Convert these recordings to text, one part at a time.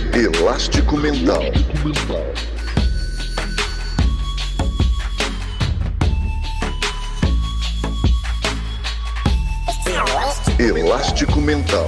Elástico Mental. Elástico Mental.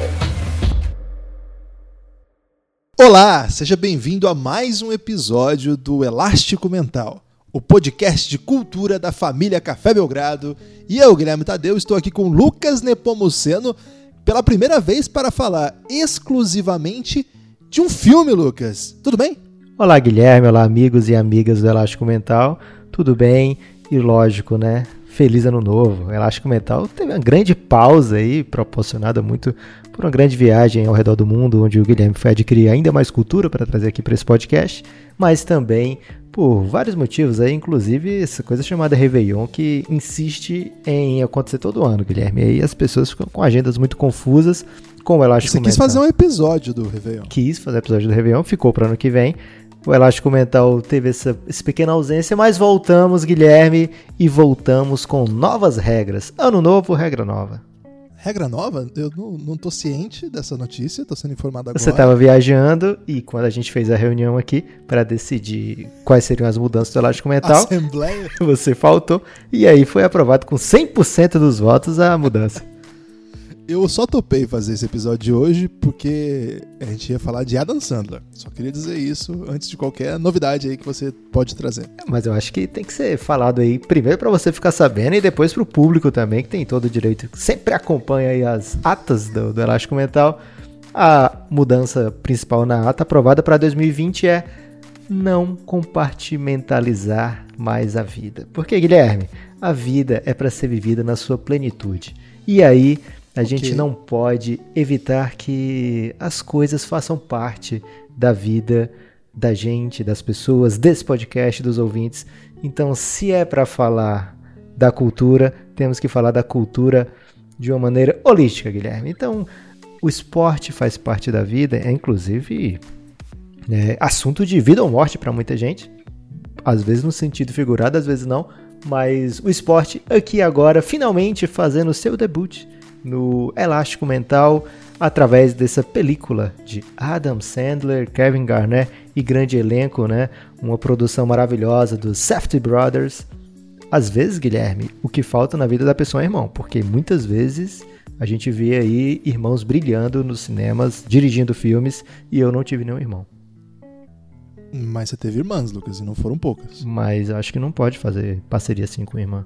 Olá, seja bem-vindo a mais um episódio do Elástico Mental, o podcast de cultura da família Café Belgrado. E eu, Guilherme Tadeu, estou aqui com Lucas Nepomuceno pela primeira vez para falar exclusivamente de um filme, Lucas. Tudo bem? Olá, Guilherme. Olá, amigos e amigas do Elástico Mental. Tudo bem? E lógico, né? Feliz Ano Novo. O Elástico Mental teve uma grande pausa aí, proporcionada muito por uma grande viagem ao redor do mundo, onde o Guilherme foi adquirir ainda mais cultura para trazer aqui para esse podcast, mas também por vários motivos aí, inclusive essa coisa chamada Réveillon, que insiste em acontecer todo ano, Guilherme. E aí as pessoas ficam com agendas muito confusas com o Elástico Mental. Você quis fazer um episódio do Réveillon. Quis fazer um episódio do Réveillon, ficou para ano que vem. O Elástico Mental teve essa pequena ausência, mas voltamos, Guilherme, e voltamos com novas regras. Ano novo, regra nova. Regra nova? Eu não tô ciente dessa notícia, tô sendo informado agora. Você estava viajando e quando a gente fez a reunião aqui para decidir quais seriam as mudanças do Elástico Mental, Assembleia. Você faltou e aí foi aprovado com 100% dos votos a mudança. Eu só topei fazer esse episódio de hoje porque a gente ia falar de Adam Sandler. Só queria dizer isso antes de qualquer novidade aí que você pode trazer. Mas eu acho que tem que ser falado aí primeiro para você ficar sabendo e depois para o público também, que tem todo o direito, sempre acompanha aí as atas do Elástico Mental. A mudança principal na ata aprovada para 2020 é não compartimentalizar mais a vida. Porque, Guilherme, a vida é para ser vivida na sua plenitude. E aí a gente não pode evitar que as coisas façam parte da vida da gente, das pessoas, desse podcast, dos ouvintes. Então, se é para falar da cultura, temos que falar da cultura de uma maneira holística, Guilherme. Então, o esporte faz parte da vida, é inclusive assunto de vida ou morte para muita gente. Às vezes no sentido figurado, às vezes não. Mas o esporte aqui agora, finalmente fazendo o seu debut no Elástico Mental, através dessa película de Adam Sandler, Kevin Garnett e grande elenco, né? Uma produção maravilhosa dos Safdie Brothers. Às vezes, Guilherme, o que falta na vida da pessoa é irmão, porque muitas vezes a gente vê aí irmãos brilhando nos cinemas, dirigindo filmes, e eu não tive nenhum irmão. Mas você teve irmãs, Lucas, e não foram poucas. Mas eu acho que não pode fazer parceria assim com irmã.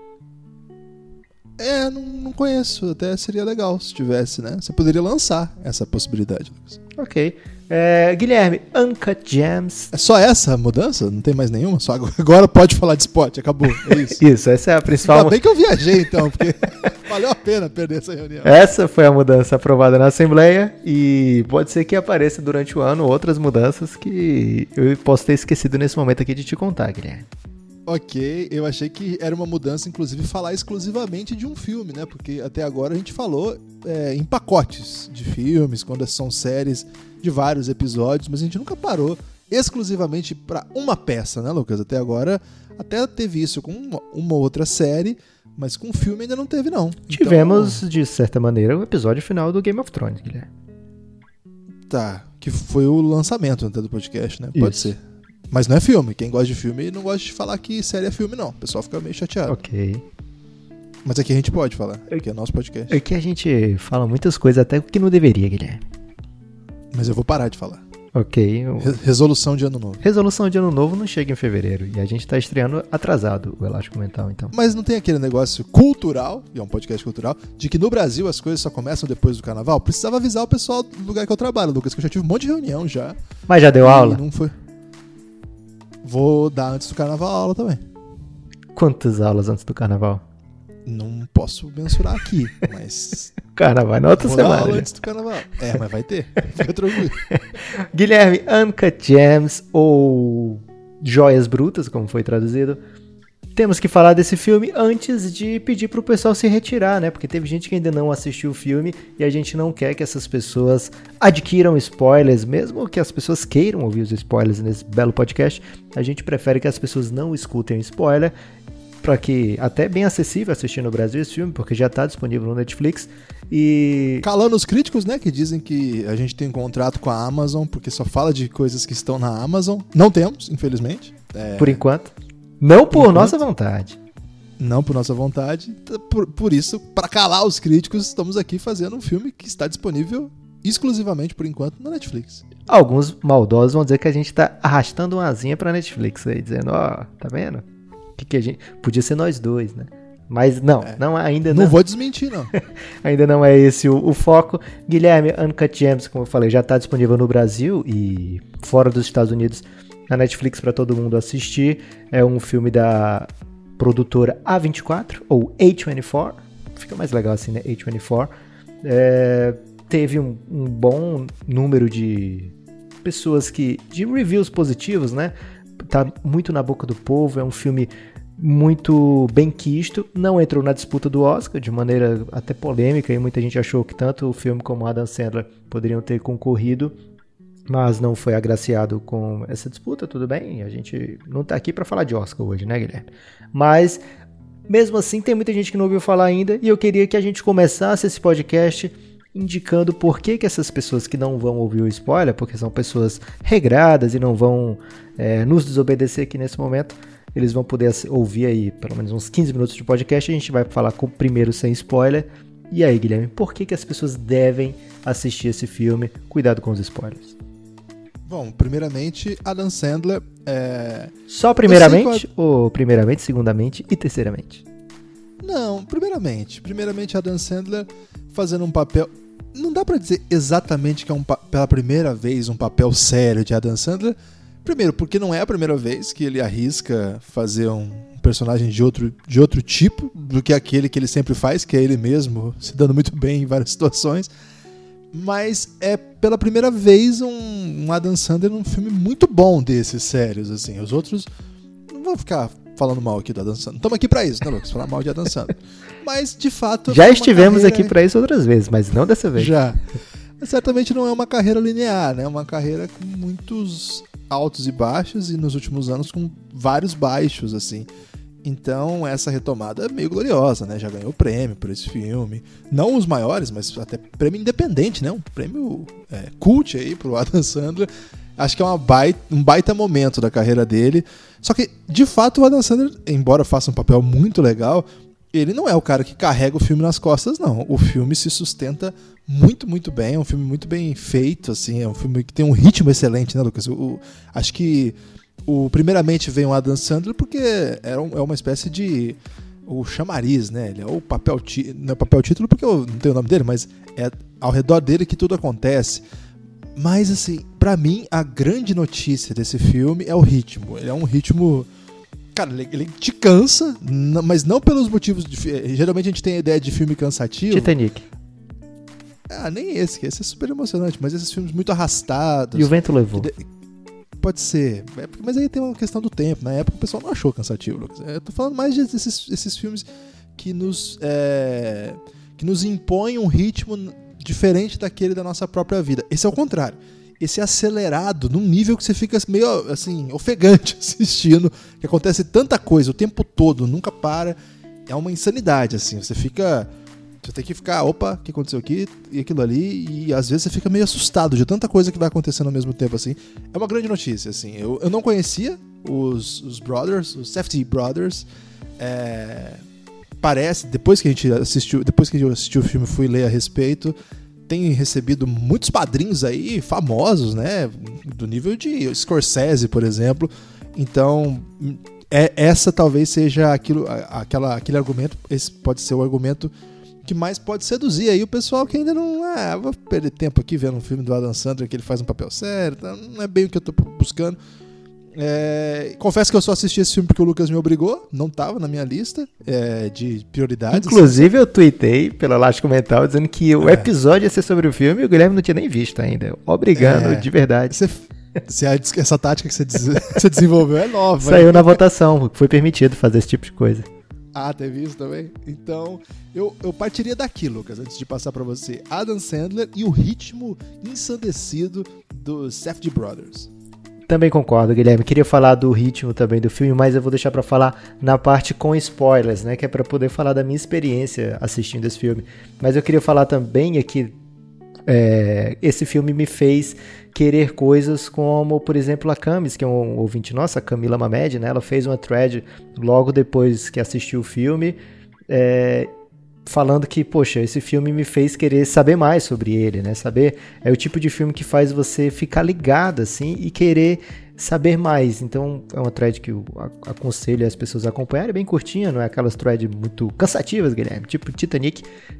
Não conheço. Até seria legal se tivesse, né? Você poderia lançar essa possibilidade, Lucas. Ok. Guilherme, Uncut Gems. É só essa a mudança? Não tem mais nenhuma? Só agora pode falar de esporte, acabou. É isso. Isso, essa é a principal. Ainda bem que eu viajei, então, porque valeu a pena perder essa reunião. Essa foi a mudança aprovada na Assembleia e pode ser que apareça durante o ano outras mudanças que eu posso ter esquecido nesse momento aqui de te contar, Guilherme. Ok, eu achei que era uma mudança, inclusive, falar exclusivamente de um filme, né? Porque até agora a gente falou em pacotes de filmes, quando são séries de vários episódios, mas a gente nunca parou exclusivamente para uma peça, né, Lucas? Até agora, até teve isso com uma outra série, mas com filme ainda não teve, não. Tivemos, de certa maneira, o episódio final do Game of Thrones, Guilherme. Tá, que foi o lançamento até do podcast, né? Pode ser. Mas não é filme. Quem gosta de filme não gosta de falar que série é filme, não. O pessoal fica meio chateado. Ok. Mas aqui a gente pode falar, porque é nosso podcast. Aqui a gente fala muitas coisas até que não deveria, Guilherme. Mas eu vou parar de falar. Ok. Resolução de ano novo. Resolução de ano novo não chega em fevereiro. E a gente tá estreando atrasado o Elástico Mental, então. Mas não tem aquele negócio cultural, e é um podcast cultural, de que no Brasil as coisas só começam depois do carnaval? Precisava avisar o pessoal do lugar que eu trabalho, Lucas, que eu já tive um monte de reunião já. Mas já deu aula? Não foi. Vou dar antes do carnaval aula também. Quantas aulas antes do carnaval? Não posso mensurar aqui, mas... Carnaval na outra semana. Vou dar aula antes do carnaval. Mas vai ter. Fica tranquilo. Guilherme, Uncut Gems, ou Joias Brutas, como foi traduzido. Temos que falar desse filme antes de pedir pro pessoal se retirar, né? Porque teve gente que ainda não assistiu o filme e a gente não quer que essas pessoas adquiram spoilers, mesmo que as pessoas queiram ouvir os spoilers nesse belo podcast. A gente prefere que as pessoas não escutem spoiler para que até bem acessível assistir no Brasil esse filme, porque já tá disponível no Netflix. E calando os críticos, né, que dizem que a gente tem um contrato com a Amazon, porque só fala de coisas que estão na Amazon. Não temos, infelizmente. Por enquanto. Não por nossa vontade. Não por nossa vontade. Por isso, para calar os críticos, estamos aqui fazendo um filme que está disponível exclusivamente, por enquanto, na Netflix. Alguns maldosos vão dizer que a gente tá arrastando uma asinha pra Netflix aí, dizendo, tá vendo? Que a gente... Podia ser nós dois, né? Mas não, ainda não. Não vou desmentir, não. Ainda não é esse o foco. Guilherme, Uncut Gems, como eu falei, já está disponível no Brasil e fora dos Estados Unidos na Netflix para todo mundo assistir. É um filme da produtora A24 ou A24. Fica mais legal assim, né? A24. Teve um bom número de pessoas de reviews positivos, né? Tá muito na boca do povo. É um filme muito bem quisto, não entrou na disputa do Oscar de maneira até polêmica e muita gente achou que tanto o filme como o Adam Sandler poderiam ter concorrido, mas não foi agraciado com essa disputa. Tudo bem, a gente não tá aqui para falar de Oscar hoje, né, Guilherme? Mas mesmo assim tem muita gente que não ouviu falar ainda e eu queria que a gente começasse esse podcast indicando por que essas pessoas que não vão ouvir o spoiler, porque são pessoas regradas e não vão nos desobedecer aqui nesse momento, eles vão poder ouvir aí pelo menos uns 15 minutos de podcast. A gente vai falar primeiro sem spoiler. E aí, Guilherme, por que as pessoas devem assistir esse filme? Cuidado com os spoilers. Bom, primeiramente, Adam Sandler Só primeiramente? Ou primeiramente, segundamente e terceiramente? Não, primeiramente. Primeiramente, Adam Sandler fazendo um papel... Não dá pra dizer exatamente que é pela primeira vez um papel sério de Adam Sandler. Primeiro, porque não é a primeira vez que ele arrisca fazer um personagem de outro tipo do que aquele que ele sempre faz, que é ele mesmo, se dando muito bem em várias situações. Mas é pela primeira vez um Adam Sandler num filme muito bom desses sérios, assim. Os outros não vão ficar falando mal aqui do Adam Sandler. Estamos aqui pra isso, né, Lucas? Falar mal de Adam Sandler. Mas, de fato... Já estivemos aqui pra isso outras vezes, mas não dessa vez. Já. Certamente não é uma carreira linear, né? É uma carreira com muitos altos e baixos e nos últimos anos com vários baixos, assim. Então essa retomada é meio gloriosa, né? Já ganhou prêmio por esse filme. Não os maiores, mas até prêmio independente, né? Um prêmio cult aí pro Adam Sandler. Acho que é um baita momento da carreira dele. Só que, de fato, o Adam Sandler, embora faça um papel muito legal, ele não é o cara que carrega o filme nas costas, não. O filme se sustenta muito, muito bem. É um filme muito bem feito, assim. É um filme que tem um ritmo excelente, né, Lucas? Acho que primeiramente vem o Adam Sandler porque é uma espécie de... o chamariz, né? Ele é o papel... Não é papel título porque eu não tenho o nome dele, mas é ao redor dele que tudo acontece. Mas, assim, pra mim, a grande notícia desse filme é o ritmo. Ele é um ritmo... Cara, ele te cansa, mas não pelos motivos... Geralmente a gente tem a ideia de filme cansativo. Titanic. Nem esse é super emocionante, mas esses filmes muito arrastados. E o Vento Levou. Pode ser, mas aí tem uma questão do tempo. Na época o pessoal não achou cansativo, Lucas. Eu tô falando mais desses filmes que nos impõem um ritmo diferente daquele da nossa própria vida. Esse é o contrário. Esse é acelerado num nível que você fica meio assim, ofegante assistindo, que acontece tanta coisa o tempo todo, nunca para. É uma insanidade, assim. Você tem que ficar, opa, o que aconteceu aqui e aquilo ali, e às vezes você fica meio assustado de tanta coisa que vai acontecendo ao mesmo tempo, assim. É uma grande notícia, assim. Eu não conhecia os Brothers, os Safdie Brothers. Parece, depois que eu assisti o filme, fui ler a respeito, tem recebido muitos padrinhos aí, famosos, né? Do nível de Scorsese, por exemplo. Então... essa talvez seja aquele argumento, esse pode ser o argumento que mais pode seduzir aí o pessoal que ainda não... vou perder tempo aqui vendo um filme do Adam Sandler que ele faz um papel sério, então não é bem o que eu tô buscando. Confesso que eu só assisti esse filme porque o Lucas me obrigou, não tava na minha lista de prioridades. Inclusive eu tuitei pelo Elástico Mental dizendo que o episódio ia ser sobre o filme e o Guilherme não tinha nem visto ainda. Obrigando, de verdade. Essa tática que você desenvolveu é nova. Saiu na votação, foi permitido fazer esse tipo de coisa. Teve isso também? Então, eu partiria daqui, Lucas, antes de passar pra você. Adam Sandler e o ritmo ensandecido dos Safdie Brothers. Também concordo, Guilherme. Queria falar do ritmo também do filme, mas eu vou deixar pra falar na parte com spoilers, né? Que é pra poder falar da minha experiência assistindo esse filme. Mas eu queria falar também aqui, esse filme me fez querer coisas como, por exemplo, a Camis, que é um ouvinte nossa, a Camila Mamed, né? Ela fez uma thread logo depois que assistiu o filme, falando que, poxa, esse filme me fez querer saber mais sobre ele, né? Saber, é o tipo de filme que faz você ficar ligado, assim, e querer saber mais. Então, é uma thread que eu aconselho as pessoas a acompanharem, é bem curtinha, não é aquelas threads muito cansativas, Guilherme, tipo Titanic,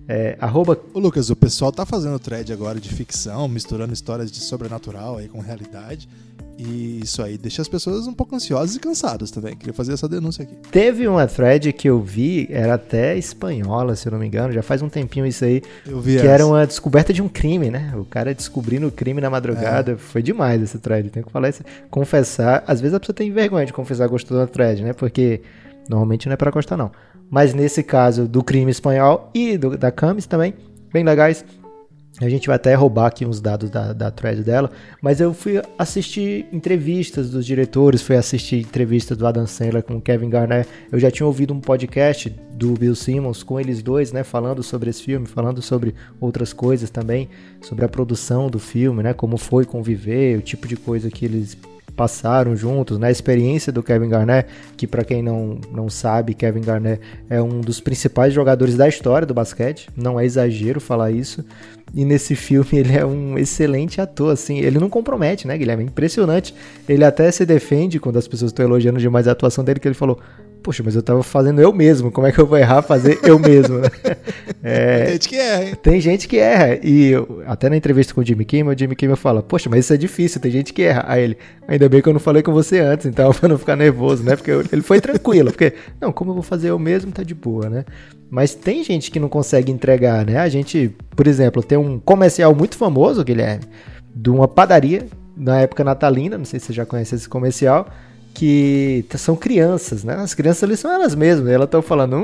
Ô Lucas, o pessoal tá fazendo thread agora de ficção, misturando histórias de sobrenatural aí com realidade, e isso aí deixa as pessoas um pouco ansiosas e cansadas também. Queria fazer essa denúncia aqui. Teve uma thread que eu vi, era até espanhola, se eu não me engano, já faz um tempinho isso aí, Eu vi que era uma descoberta de um crime, né? O cara descobrindo o crime na madrugada. Foi demais essa thread, tenho que falar isso. Confessar, às vezes a pessoa tem vergonha de confessar que gostou da thread, né? Porque normalmente não é pra gostar, não. Mas nesse caso do crime espanhol e da Camis também, bem legais. A gente vai até roubar aqui uns dados da thread dela, mas eu fui assistir entrevistas dos diretores, fui assistir entrevistas do Adam Sandler com o Kevin Garnett. Eu já tinha ouvido um podcast do Bill Simmons com eles dois, né, falando sobre esse filme, falando sobre outras coisas também, sobre a produção do filme, né, como foi conviver, o tipo de coisa que eles passaram juntos, né? A experiência do Kevin Garnett, que para quem não sabe, Kevin Garnett é um dos principais jogadores da história do basquete, não é exagero falar isso, e nesse filme ele é um excelente ator, assim, ele não compromete, né, Guilherme? É impressionante, ele até se defende quando as pessoas estão elogiando demais a atuação dele, que ele falou, poxa, mas eu tava fazendo eu mesmo, como é que eu vou errar fazer eu mesmo? Tem gente que erra, hein? Tem gente que erra, e até na entrevista com o Jimmy Kimmel fala, poxa, mas isso é difícil, tem gente que erra. Aí ele, ainda bem que eu não falei com você antes, então, pra não ficar nervoso, né? Porque ele foi tranquilo, porque, não, como eu vou fazer eu mesmo, tá de boa, né? Mas tem gente que não consegue entregar, né? A gente, por exemplo, tem um comercial muito famoso, Guilherme, de uma padaria, na época natalina, não sei se você já conhece esse comercial, que são crianças, né? As crianças ali são elas mesmas, elas estão falando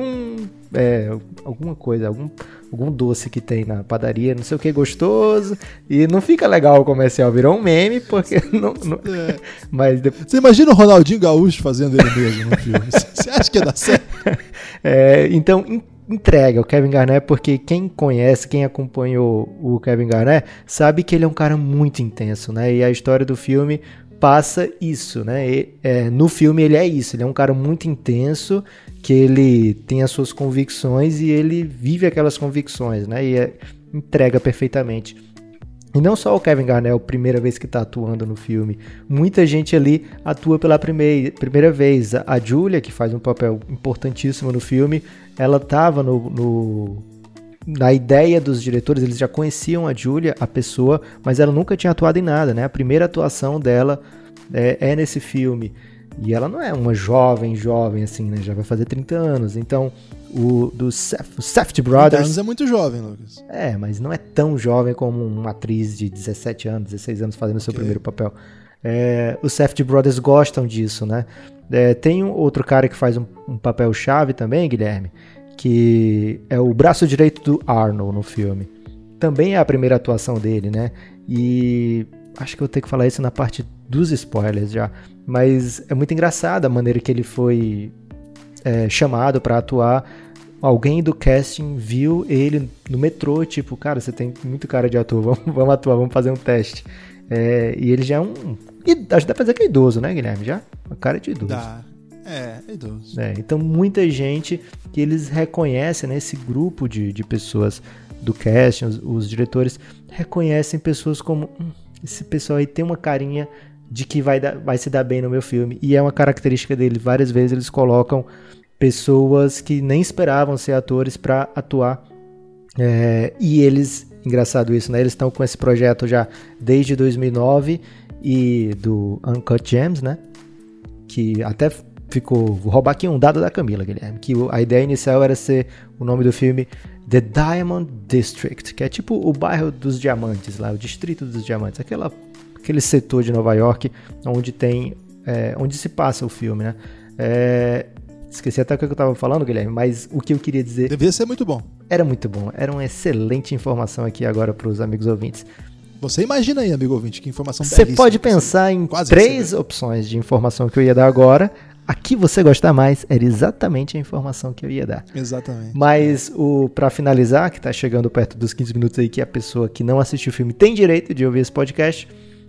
alguma coisa, algum doce que tem na padaria, não sei o que, gostoso, e não fica legal o comercial, virou um meme, porque não. Mas depois... Você imagina o Ronaldinho Gaúcho fazendo ele mesmo no filme? Você acha que ia dar certo? Então, entrega o Kevin Garnett, porque quem conhece, quem acompanhou o Kevin Garnett, sabe que ele é um cara muito intenso, né? E a história do filme passa isso, né? No filme ele é isso, ele é um cara muito intenso, que ele tem as suas convicções e ele vive aquelas convicções, né? E entrega perfeitamente. E não só o Kevin Garnett, é a primeira vez que está atuando no filme. Muita gente ali atua pela primeira vez. A Julia, que faz um papel importantíssimo no filme, ela estava na ideia dos diretores, eles já conheciam a Julia, a pessoa, mas ela nunca tinha atuado em nada, né? A primeira atuação dela é nesse filme. E ela não é uma jovem assim, né? Já vai fazer 30 anos. Então, o Safdie Brothers... 30 anos é muito jovem, Lucas. Mas não é tão jovem como uma atriz de 17 anos, 16 anos fazendo seu primeiro papel. Os Safdie Brothers gostam disso, né? Tem outro cara que faz um papel chave também, Guilherme, que é o braço direito do Arnold no filme. Também é a primeira atuação dele, né? E acho que eu vou ter que falar isso na parte dos spoilers já. Mas é muito engraçado a maneira que ele foi chamado para atuar. Alguém do casting viu ele no metrô, tipo, cara, você tem muito cara de ator, vamos atuar, vamos fazer um teste. E ele já é acho que dá pra dizer que é idoso, né, Guilherme? Já? A cara de idoso. Dá. É idoso. Então muita gente que eles reconhecem, né, esse grupo de pessoas do casting, os diretores reconhecem pessoas como esse pessoal aí tem uma carinha de que vai se dar bem no meu filme, e é uma característica dele. Várias vezes eles colocam pessoas que nem esperavam ser atores para atuar, e eles, engraçado isso, né, eles estão com esse projeto já desde 2009 e do Uncut Gems, né, que até vou roubar aqui um dado da Camila, Guilherme, que a ideia inicial era ser o nome do filme The Diamond District, que é tipo o bairro dos diamantes lá, o distrito dos diamantes, aquele setor de Nova York onde se passa o filme, né? Esqueci até o que eu estava falando, Guilherme, mas o que eu queria dizer... Devia ser muito bom. Era muito bom, era uma excelente informação aqui agora para os amigos ouvintes. Você imagina aí, amigo ouvinte, que informação Você belíssima pode que você pensar em quase 3 recebeu. opções de informação que eu ia dar agora. A que você gostar mais era exatamente a informação que eu ia dar. Exatamente. Mas, pra finalizar, que tá chegando perto dos 15 minutos aí, que a pessoa que não assistiu o filme tem direito de ouvir esse podcast,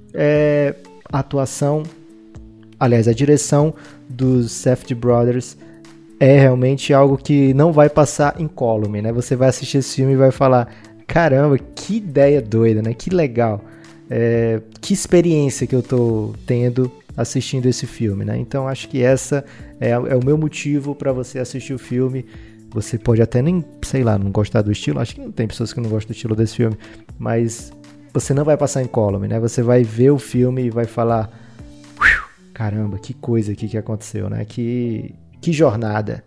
a atuação, aliás, a direção dos Safdie Brothers é realmente algo que não vai passar incólume, né? Você vai assistir esse filme e vai falar, caramba, que ideia doida, né? Que legal. Que experiência que eu tô tendo assistindo esse filme, né? Então acho que essa é o meu motivo para você assistir o filme. Você pode até nem, sei lá, não gostar do estilo. Acho que não tem pessoas que não gostam do estilo desse filme, mas você não vai passar incólume, né? Você vai ver o filme e vai falar, caramba, que coisa aqui que aconteceu, né? Que jornada.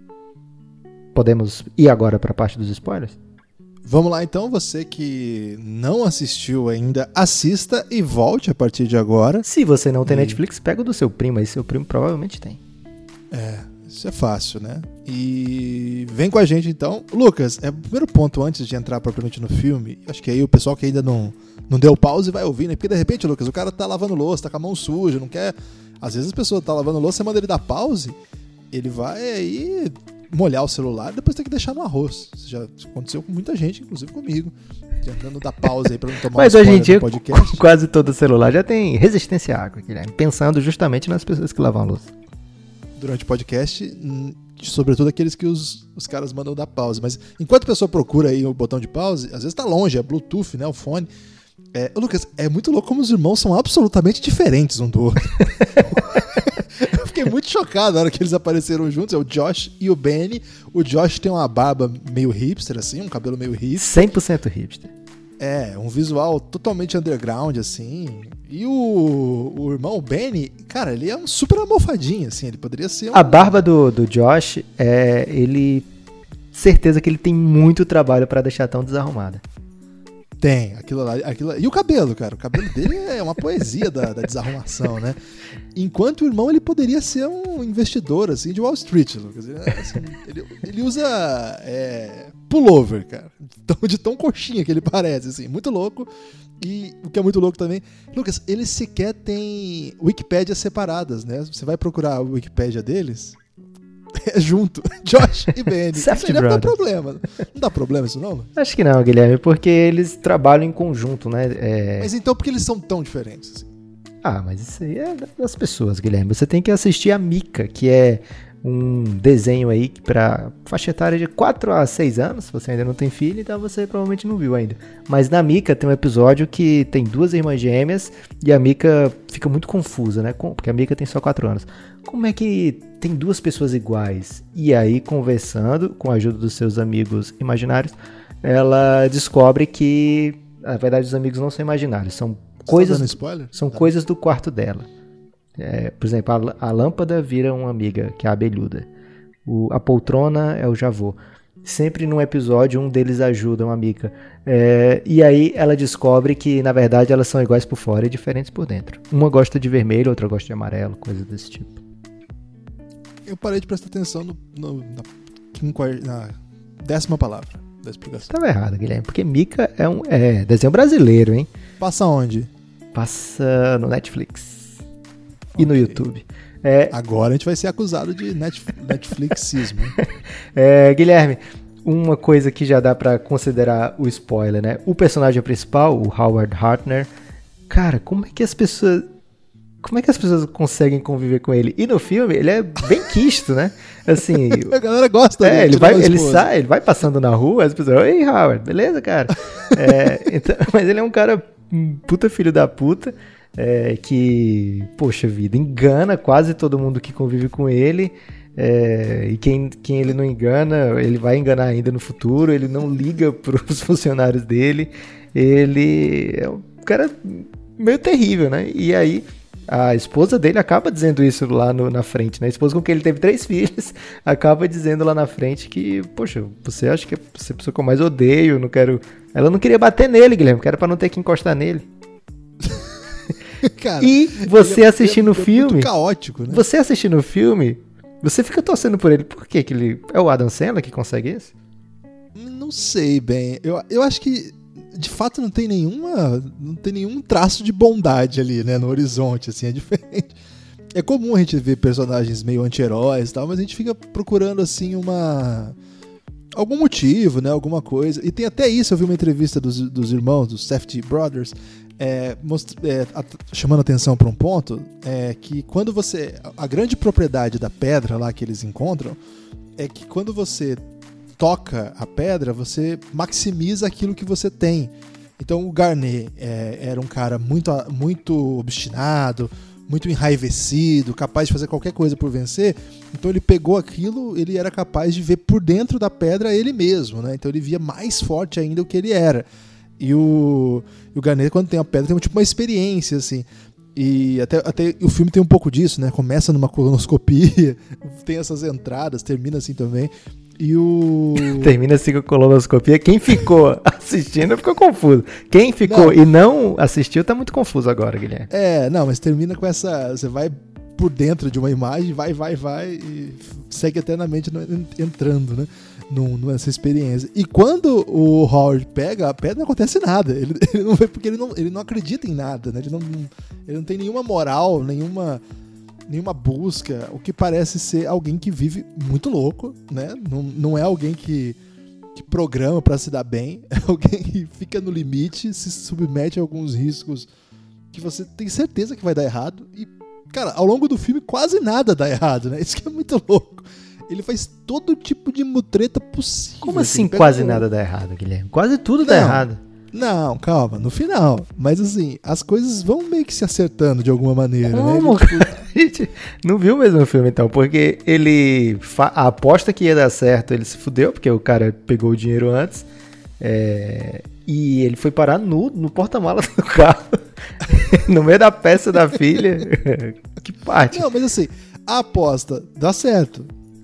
Podemos ir agora para a parte dos spoilers? Vamos lá então, você que não assistiu ainda, assista e volte a partir de agora. Se você não tem Netflix, pega o do seu primo, aí seu primo provavelmente tem. Isso é fácil, né? E vem com a gente então. Lucas, o primeiro ponto antes de entrar propriamente no filme, acho que aí o pessoal que ainda não deu pause vai ouvir, né? Porque de repente, Lucas, o cara tá lavando louça, tá com a mão suja, não quer... Às vezes a pessoa tá lavando louça, você manda ele dar pause, ele vai aí molhar o celular e depois tem que deixar no arroz. Isso já aconteceu com muita gente, inclusive comigo. Tentando dar pause aí pra não tomar Mas hoje em dia, podcast. quase todo celular já tem resistência à água, Guilherme, pensando justamente nas pessoas que lavam a louça. Durante o podcast, sobretudo aqueles que os caras mandam dar pause. Mas enquanto a pessoa procura aí o botão de pause, às vezes tá longe, é Bluetooth, né, o fone. Lucas, é muito louco como os irmãos são absolutamente diferentes um do outro. Eu fiquei muito chocado na hora que eles apareceram juntos, é o Josh e o Benny. O Josh tem uma barba meio hipster, assim, um cabelo meio hipster. 100% hipster. Um visual totalmente underground, assim. E o irmão, o Benny, cara, ele é um super almofadinho, assim, ele poderia ser A barba do Josh, ele... Certeza que ele tem muito trabalho pra deixar tão desarrumada. Tem, aquilo lá. E o cabelo, cara. O cabelo dele é uma poesia da desarrumação, né? Enquanto o irmão, ele poderia ser um investidor, assim, de Wall Street, Lucas. Assim, ele usa pullover, cara. De tão coxinha que ele parece, assim. Muito louco. E o que é muito louco também... Lucas, eles sequer têm Wikipédias separadas, né? Você vai procurar a Wikipédia deles... junto, Josh e Benny. Isso aí deve dar problema. Não dá problema isso não? Acho que não, Guilherme, porque eles trabalham em conjunto, né? Mas então por que eles são tão diferentes? Assim? Mas isso aí é das pessoas, Guilherme. Você tem que assistir a Mika, que é um desenho aí para faixa etária de 4 a 6 anos. Se você ainda não tem filho, então você provavelmente não viu ainda. Mas na Mika tem um episódio que tem 2 irmãs gêmeas e a Mika fica muito confusa, né? Porque a Mika tem só 4 anos. Como é que tem 2 pessoas iguais? E aí, conversando com a ajuda dos seus amigos imaginários, ela descobre que, na verdade, os amigos não são imaginários, são coisas, tá dando spoiler? São coisas do quarto dela. Por exemplo, a lâmpada vira uma amiga, que é a abelhuda. A poltrona é o Javô. Sempre num episódio, um deles ajuda uma Mika. E aí ela descobre que, na verdade, elas são iguais por fora e diferentes por dentro. Uma gosta de vermelho, outra gosta de amarelo, coisas desse tipo. Eu parei de prestar atenção na 10ª palavra da explicação. Estava errado, Guilherme, porque Mika é desenho brasileiro, hein? Passa onde? Passa no Netflix. E no YouTube. Agora a gente vai ser acusado de Netflixismo. Guilherme, uma coisa que já dá pra considerar o spoiler, né? O personagem principal, o Howard Hartner, cara, como é que as pessoas conseguem conviver com ele? E no filme, ele é bem quisto, né? Assim, a galera gosta dele. Ele vai passando na rua, as pessoas, ei, Howard, beleza, cara? Então, mas ele é um cara puta filho da puta, que, poxa vida, engana quase todo mundo que convive com ele, e quem ele não engana, ele vai enganar ainda no futuro, ele não liga pros funcionários dele, ele é um cara meio terrível, né? E aí a esposa dele acaba dizendo isso lá na frente, né? A esposa com quem ele teve 3 filhos acaba dizendo lá na frente que, poxa, você acha que você é a pessoa que eu mais odeio, não quero... Ela não queria bater nele, Guilherme, que era pra não ter que encostar nele. Cara, e você assistindo o filme... muito caótico, né? Você assistindo o filme, você fica torcendo por ele. Por quê? Que ele é o Adam Sandler que consegue isso? Não sei bem. Eu acho que de fato não tem nenhum traço de bondade ali, né, no horizonte, assim, é diferente. É comum a gente ver personagens meio anti-heróis e tal, mas a gente fica procurando, assim, algum motivo, né, alguma coisa. E tem até isso, eu vi uma entrevista dos irmãos, dos Safdie Brothers, chamando atenção para um ponto, que quando a grande propriedade da pedra lá que eles encontram, é que quando você toca a pedra, você maximiza aquilo que você tem. Então o Garnet era um cara muito, muito obstinado, muito enraivecido, capaz de fazer qualquer coisa por vencer. Então ele pegou aquilo, ele era capaz de ver por dentro da pedra ele mesmo, né? Então ele via mais forte ainda o que ele era. E o Garnet, quando tem a pedra, tem tipo uma experiência, assim. E até o filme tem um pouco disso, né? Começa numa colonoscopia, tem essas entradas, termina assim também. Termina assim com a colonoscopia. Quem ficou assistindo ficou confuso. Quem ficou e não assistiu tá muito confuso agora, Guilherme. Não, mas termina com essa... Você vai por dentro de uma imagem, vai e segue eternamente entrando, né? Nessa experiência. E quando o Howard pega a pedra, não acontece nada. Ele não vê porque ele não acredita em nada, né? Ele não tem nenhuma moral, nenhuma busca, o que parece ser alguém que vive muito louco, né? Não é alguém que programa pra se dar bem, é alguém que fica no limite, se submete a alguns riscos que você tem certeza que vai dar errado e, cara, ao longo do filme quase nada dá errado, né? Isso que é muito louco. Ele faz todo tipo de mutreta possível. Como assim quase nada dá errado, Guilherme? Quase tudo dá errado. Não, calma, no final. Mas assim, as coisas vão meio que se acertando de alguma maneira, Como? né? A gente não viu o mesmo filme, então, porque a aposta que ia dar certo, ele se fudeu, porque o cara pegou o dinheiro antes, e ele foi parar no porta-malas do carro, no meio da peça da filha. Que parte? Não, mas assim, a aposta dá certo.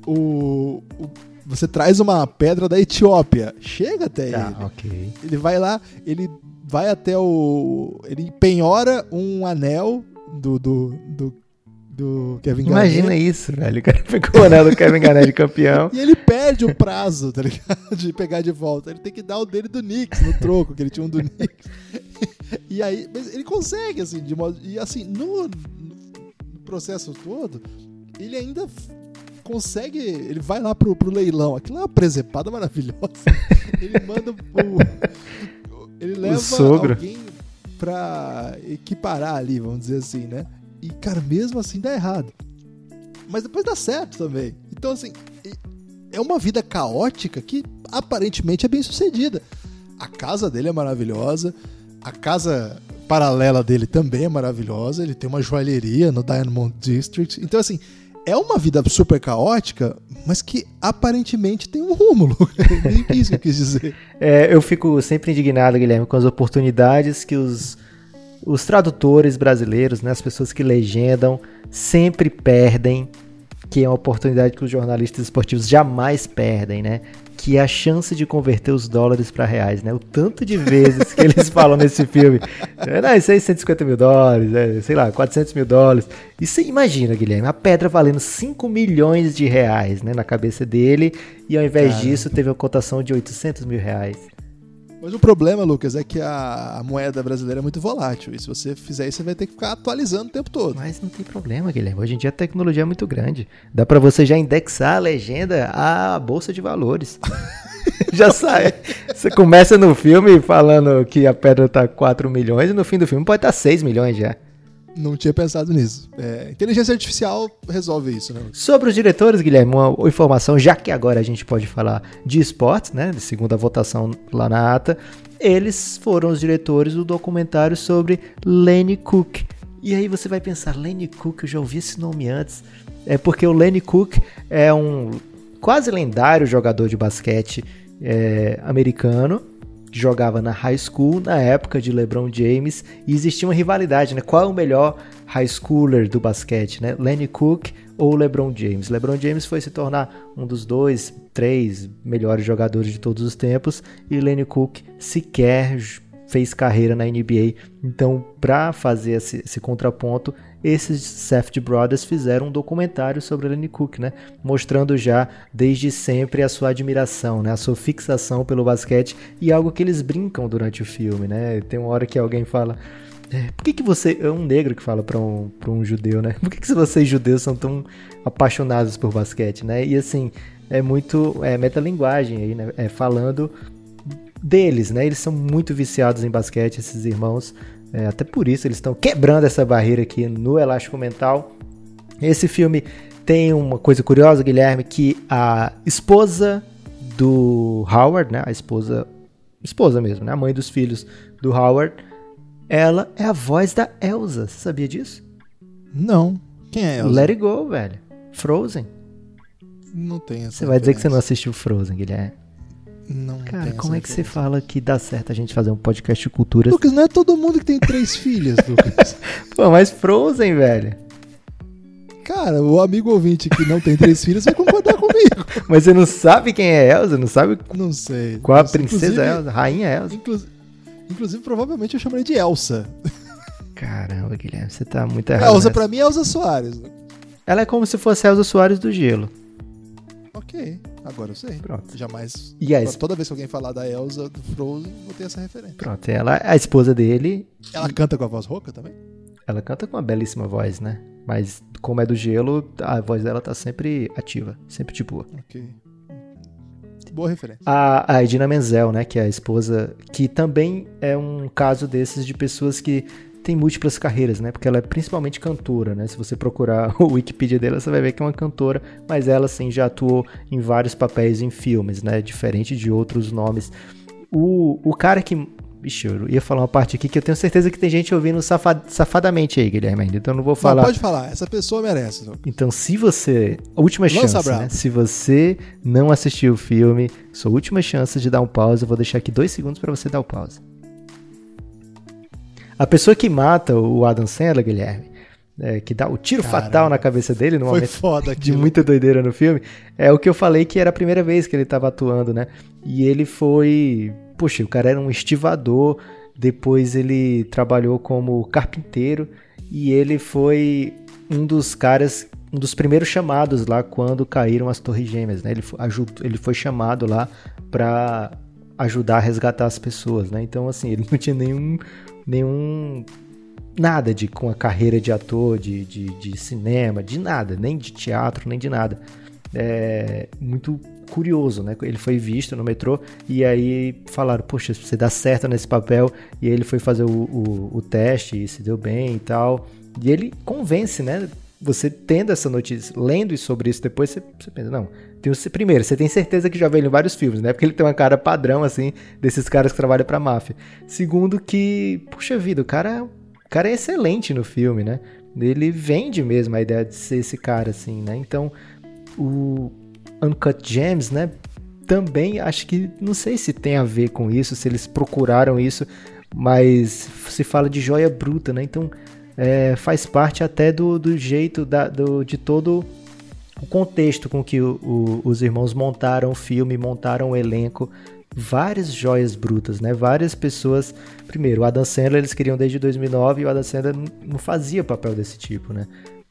Você traz uma pedra da Etiópia, chega até ele. Ok. Ele vai lá, ele vai até ele penhora um anel do Kevin Garnett. Imagina isso, velho. O cara pegou o anel do Kevin Garnett de campeão. E ele perde o prazo, tá ligado? De pegar de volta. Ele tem que dar o dele do Knicks no troco, que ele tinha um do Knicks. E aí, mas ele consegue, assim, de modo. E assim, no processo todo, ele ainda consegue. Ele vai lá pro leilão. Aquilo é uma presepada maravilhosa. Ele manda ele leva alguém pra equiparar ali, vamos dizer assim, né? E, cara, mesmo assim dá errado. Mas depois dá certo também. Então, assim, é uma vida caótica que aparentemente é bem sucedida. A casa dele é maravilhosa. A casa paralela dele também é maravilhosa. Ele tem uma joalheria no Diamond District. Então, assim, é uma vida super caótica, mas que aparentemente tem um rumo. É meio que isso que eu quis dizer. Eu fico sempre indignado, Guilherme, com as oportunidades que os tradutores brasileiros, né, as pessoas que legendam, sempre perdem, que é uma oportunidade que os jornalistas esportivos jamais perdem, né? Que é a chance de converter os dólares para reais, né? O tanto de vezes que eles falam nesse filme, isso aí 150 mil dólares, sei lá, 400 mil dólares. E você imagina, Guilherme, a pedra valendo 5 milhões de reais, né, na cabeça dele, e ao invés disso teve a cotação de 800 mil reais. Mas o problema, Lucas, é que a moeda brasileira é muito volátil. E se você fizer isso, você vai ter que ficar atualizando o tempo todo. Mas não tem problema, Guilherme. Hoje em dia a tecnologia é muito grande. Dá pra você já indexar a legenda à Bolsa de Valores. Já sai. Você começa no filme falando que a pedra tá 4 milhões e no fim do filme pode estar 6 milhões já. Não tinha pensado nisso. Inteligência artificial resolve isso, né? Sobre os diretores, Guilherme, uma informação, já que agora a gente pode falar de esportes, né? Segundo a votação lá na ata, eles foram os diretores do documentário sobre Lenny Cook. E aí você vai pensar, Lenny Cook, eu já ouvi esse nome antes. É porque o Lenny Cook é um quase lendário jogador de basquete americano, que jogava na high school, na época de LeBron James, e existia uma rivalidade, né? Qual é o melhor high schooler do basquete, né? Lenny Cook ou LeBron James? LeBron James foi se tornar um dos 3 melhores jogadores de todos os tempos, e Lenny Cook sequer fez carreira na NBA. Então, para fazer esse contraponto, esses Safdie Brothers fizeram um documentário sobre a Lynn Cook, né? Mostrando já desde sempre a sua admiração, né? A sua fixação pelo basquete, e algo que eles brincam durante o filme, né? Tem uma hora que alguém fala: por que você... É um negro que fala pra um judeu, né? Por que vocês judeus são tão apaixonados por basquete, né? E assim, é muito metalinguagem aí, né? Falando deles, né? Eles são muito viciados em basquete, esses irmãos. Até por isso eles estão quebrando essa barreira aqui no Elástico Mental. Esse filme tem uma coisa curiosa, Guilherme, que a esposa do Howard, né? A esposa mesmo, né? A mãe dos filhos do Howard, ela é a voz da Elsa. Você sabia disso? Não. Quem é Elsa? Let It Go, velho. Frozen. Não tem essa. Você vai dizer que você não assistiu Frozen, Guilherme? Não. Cara, como é que você fala que dá certo a gente fazer um podcast de cultura? Lucas, não é todo mundo que tem 3 filhas, Lucas. Pô, mas Frozen, velho. Cara, o amigo ouvinte que não tem 3 filhos vai concordar comigo. Mas você não sabe quem é Elsa? Não sabe Não sei. qual a princesa Elsa? Rainha Elsa? Inclusive, provavelmente eu chamaria de Elsa. Caramba, Guilherme, você tá muito errado. Elsa pra mim é Elsa Soares. Ela é como se fosse a Elsa Soares do Gelo. Ok, agora eu sei. Pronto. Jamais. E Toda vez que alguém falar da Elsa do Frozen, vou ter essa referência. Pronto, ela é a esposa dele. Ela canta com a voz rouca também? Ela canta com uma belíssima voz, né? Mas como é do Gelo, a voz dela tá sempre ativa, sempre de boa. Ok. Boa referência. A Idina Menzel, né? Que é a esposa, que também é um caso desses de pessoas que tem múltiplas carreiras, né? Porque ela é principalmente cantora, né? Se você procurar o Wikipedia dela, você vai ver que é uma cantora, mas ela, sim, já atuou em vários papéis em filmes, né? Diferente de outros nomes. O cara que... Vixe, eu ia falar uma parte aqui que eu tenho certeza que tem gente ouvindo safadamente aí, Guilherme, ainda, então eu não vou falar. Não, pode falar, essa pessoa merece. Então, se você... Última chance, né? Se você não assistiu o filme, sua última chance de dar um pause, eu vou deixar aqui 2 segundos para você dar o pause. A pessoa que mata o Adam Sandler, Guilherme, que dá o tiro fatal na cabeça dele no momento de muita doideira no filme, é o que eu falei que era a primeira vez que ele estava atuando, né? E ele foi... Poxa, o cara era um estivador, depois ele trabalhou como carpinteiro e ele foi um dos caras, um dos primeiros chamados lá quando caíram as Torres Gêmeas, né? Ele foi chamado lá para ajudar a resgatar as pessoas, né? Então, assim, ele não tinha nenhum nada com a carreira de ator, de cinema, de nada, nem de teatro, nem de nada. É muito curioso, né? Ele foi visto no metrô e aí falaram, poxa, você dá certo nesse papel, e aí ele foi fazer o teste e se deu bem e tal, e ele convence, né? Você tendo essa notícia, lendo sobre isso depois, você pensa, não, primeiro, você tem certeza que já veio em vários filmes, né? Porque ele tem uma cara padrão, assim, desses caras que trabalham pra máfia. Segundo que, puxa vida, o cara é excelente no filme, né? Ele vende mesmo a ideia de ser esse cara, assim, né? Então, o Uncut Gems, né? Também acho que, não sei se tem a ver com isso, se eles procuraram isso, mas se fala de joia bruta, né? Então faz parte até do jeito, de todo o contexto com que os irmãos montaram o filme, montaram o elenco. Várias joias brutas, né? Várias pessoas... Primeiro, o Adam Sandler eles queriam desde 2009 e o Adam Sandler não fazia papel desse tipo, né?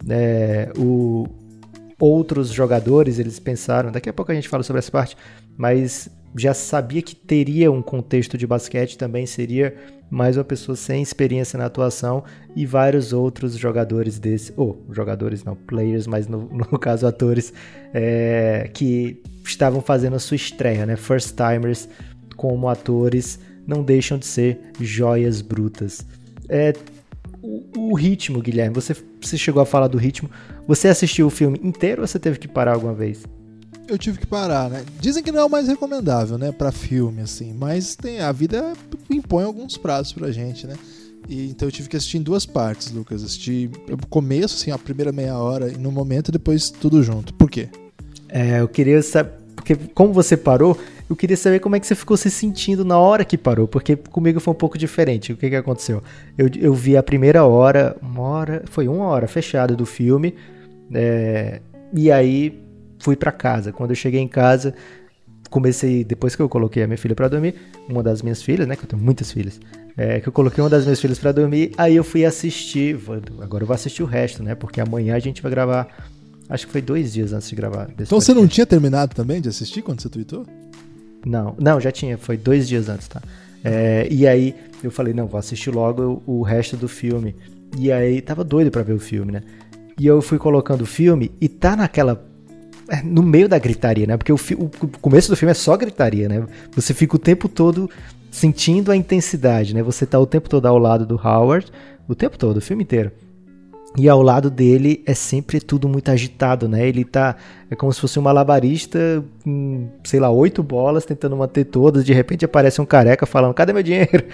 Outros jogadores, eles pensaram, daqui a pouco a gente fala sobre essa parte, mas já sabia que teria um contexto de basquete, também seria mais uma pessoa sem experiência na atuação, e vários outros jogadores jogadores não, players, mas no caso atores, que estavam fazendo a sua estreia, né? First timers como atores, não deixam de ser joias brutas. O ritmo, Guilherme, você chegou a falar do ritmo. Você assistiu o filme inteiro ou você teve que parar alguma vez? Eu tive que parar, né? Dizem que não é o mais recomendável, né, pra filme, assim, mas a vida impõe alguns prazos pra gente, né? E então eu tive que assistir em 2 partes, Lucas. Assisti o começo, assim, a primeira meia hora e no momento, depois tudo junto. Por quê? Eu queria saber, porque como você parou, eu queria saber como é que você ficou se sentindo na hora que parou, porque comigo foi um pouco diferente. O que aconteceu? Eu vi a primeira hora, foi 1 hora fechada do filme, e aí fui pra casa. Quando eu cheguei em casa, comecei, depois que eu coloquei a minha filha pra dormir, uma das minhas filhas, né, que eu tenho muitas filhas, que eu coloquei uma das minhas filhas pra dormir, aí eu fui assistir, agora eu vou assistir o resto, né, porque amanhã a gente vai gravar, acho que foi 2 dias antes de gravar. Então podcast. Você não tinha terminado também de assistir quando você tweetou? Não, já tinha, foi 2 dias antes, tá? E aí eu falei, não, vou assistir logo o resto do filme. E aí tava doido pra ver o filme, né? E eu fui colocando o filme e tá no meio da gritaria, né? Porque o começo do filme é só gritaria, né? Você fica o tempo todo sentindo a intensidade, né? Você tá o tempo todo ao lado do Howard, o tempo todo, o filme inteiro. E ao lado dele é sempre tudo muito agitado, né? Ele é como se fosse um malabarista com, sei lá, 8 bolas tentando manter todas. De repente aparece um careca falando, cadê meu dinheiro?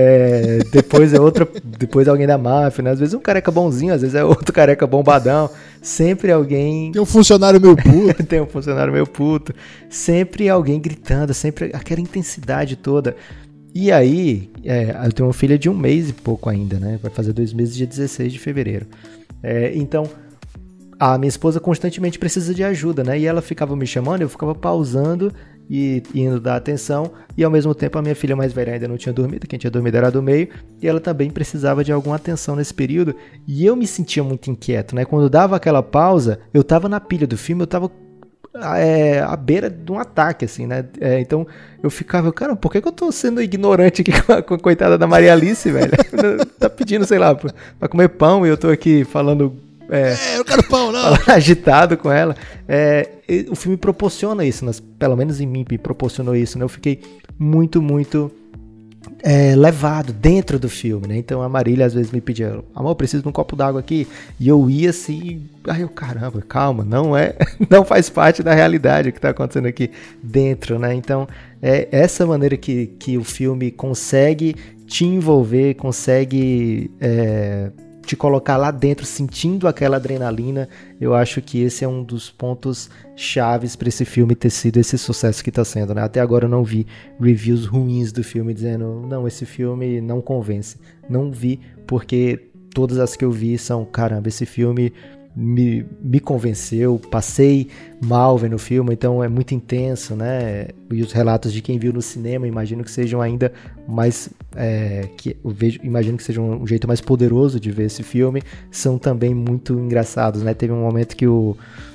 Depois alguém da máfia, né? Às vezes um careca bonzinho, às vezes é outro careca bombadão. Sempre alguém... Tem um funcionário meio puto. Tem um funcionário meio puto. Sempre alguém gritando, sempre aquela intensidade toda. E aí, eu tenho uma filha de 1 mês e pouco ainda, né? Vai fazer 2 meses dia 16 de fevereiro. Então, a minha esposa constantemente precisa de ajuda, né? E ela ficava me chamando, eu ficava pausando e indo dar atenção. E ao mesmo tempo a minha filha mais velha ainda não tinha dormido, quem tinha dormido era a do meio. E ela também precisava de alguma atenção nesse período. E eu me sentia muito inquieto, né? Quando dava aquela pausa, eu tava na pilha do filme, eu tava... à beira de um ataque, assim, né? Então eu ficava, cara, por que eu tô sendo ignorante aqui com a coitada da Maria Alice, velho? Tá pedindo, sei lá, pra comer pão e eu tô aqui falando. Eu quero pão, não! Agitado com ela. O filme proporciona isso, pelo menos em mim me proporcionou isso, né? Eu fiquei muito, muito levado dentro do filme, né? Então a Marília às vezes me pedia, amor, eu preciso de um copo d'água aqui, e eu ia assim, caramba, calma, não faz parte da realidade o que está acontecendo aqui dentro, né? Então essa maneira que o filme consegue te envolver, consegue te colocar lá dentro, sentindo aquela adrenalina. Eu acho que esse é um dos pontos chaves para esse filme ter sido esse sucesso que está sendo, né? Até agora eu não vi reviews ruins do filme dizendo, não, esse filme não convence. Não vi, porque todas as que eu vi são, caramba, esse filme me convenceu, passei mal vendo o filme, então é muito intenso, né? E os relatos de quem viu no cinema, imagino que sejam ainda mais, imagino que sejam um jeito mais poderoso de ver esse filme, são também muito engraçados, né? Teve um momento que o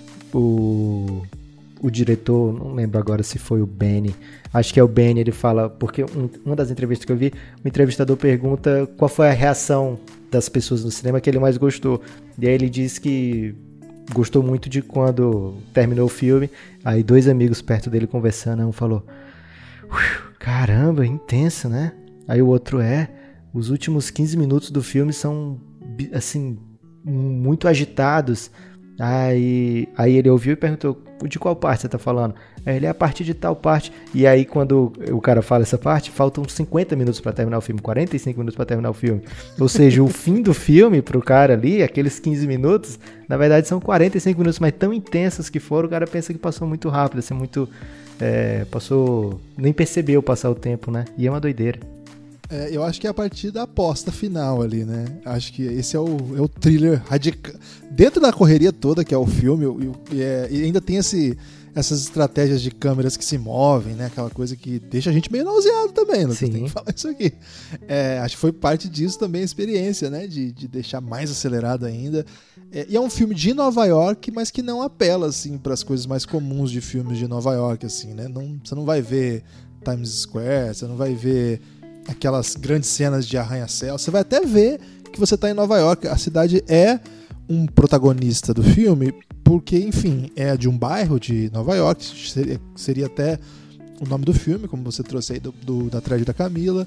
diretor, não lembro agora se foi o Benny, acho que é o Benny, ele fala, porque uma das entrevistas que eu vi, o entrevistador pergunta qual foi a reação das pessoas no cinema que ele mais gostou. E aí ele disse que gostou muito de quando terminou o filme, aí 2 amigos perto dele conversando, um falou, caramba, intenso, né? Aí o outro os últimos 15 minutos do filme são, assim, muito agitados. Aí ele ouviu e perguntou, de qual parte você tá falando? Aí ele, a partir de tal parte. E aí quando o cara fala essa parte, faltam 50 minutos pra terminar o filme, 45 minutos pra terminar o filme. Ou seja, o fim do filme pro cara ali, aqueles 15 minutos, na verdade são 45 minutos, mas tão intensos que foram, o cara pensa que passou muito rápido, assim, muito... nem percebeu passar o tempo, né? E é uma doideira. Eu acho que é a partir da aposta final ali, né? Acho que esse é o thriller radical. Dentro da correria toda que é o filme, e ainda tem essas estratégias de câmeras que se movem, né? Aquela coisa que deixa a gente meio nauseado também, não tem que falar isso aqui. Acho que foi parte disso também a experiência, né? De deixar mais acelerado ainda. E é um filme de Nova York, mas que não apela, assim, para as coisas mais comuns de filmes de Nova York, assim, né? Você não vai ver Times Square, você não vai ver aquelas grandes cenas de arranha-céu, você vai até ver que você está em Nova York. A cidade é um protagonista do filme, porque, enfim, é de um bairro de Nova York, seria até o nome do filme, como você trouxe aí da thread da Camila.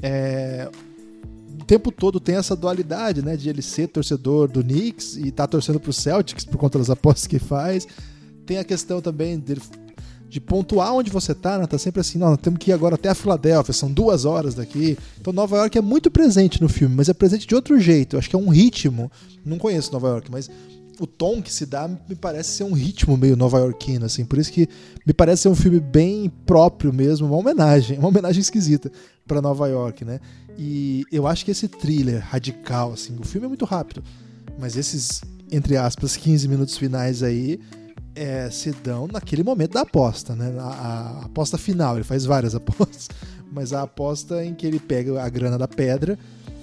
O tempo todo tem essa dualidade, né, de ele ser torcedor do Knicks e tá torcendo pro Celtics por conta das apostas que faz. Tem a questão também dele de pontuar onde você tá, né? Tá sempre assim, nós temos que ir agora até a Filadélfia, são 2 horas daqui. Então Nova York é muito presente no filme, mas é presente de outro jeito. Eu acho que é um ritmo, não conheço Nova York, mas o tom que se dá me parece ser um ritmo meio nova-iorquino, assim. Por isso que me parece ser um filme bem próprio mesmo, uma homenagem esquisita pra Nova York, né? E eu acho que esse thriller radical, assim, o filme é muito rápido, mas esses, entre aspas, 15 minutos finais aí se dão naquele momento da aposta, né? A aposta final, ele faz várias apostas, mas a aposta em que ele pega a grana da pedra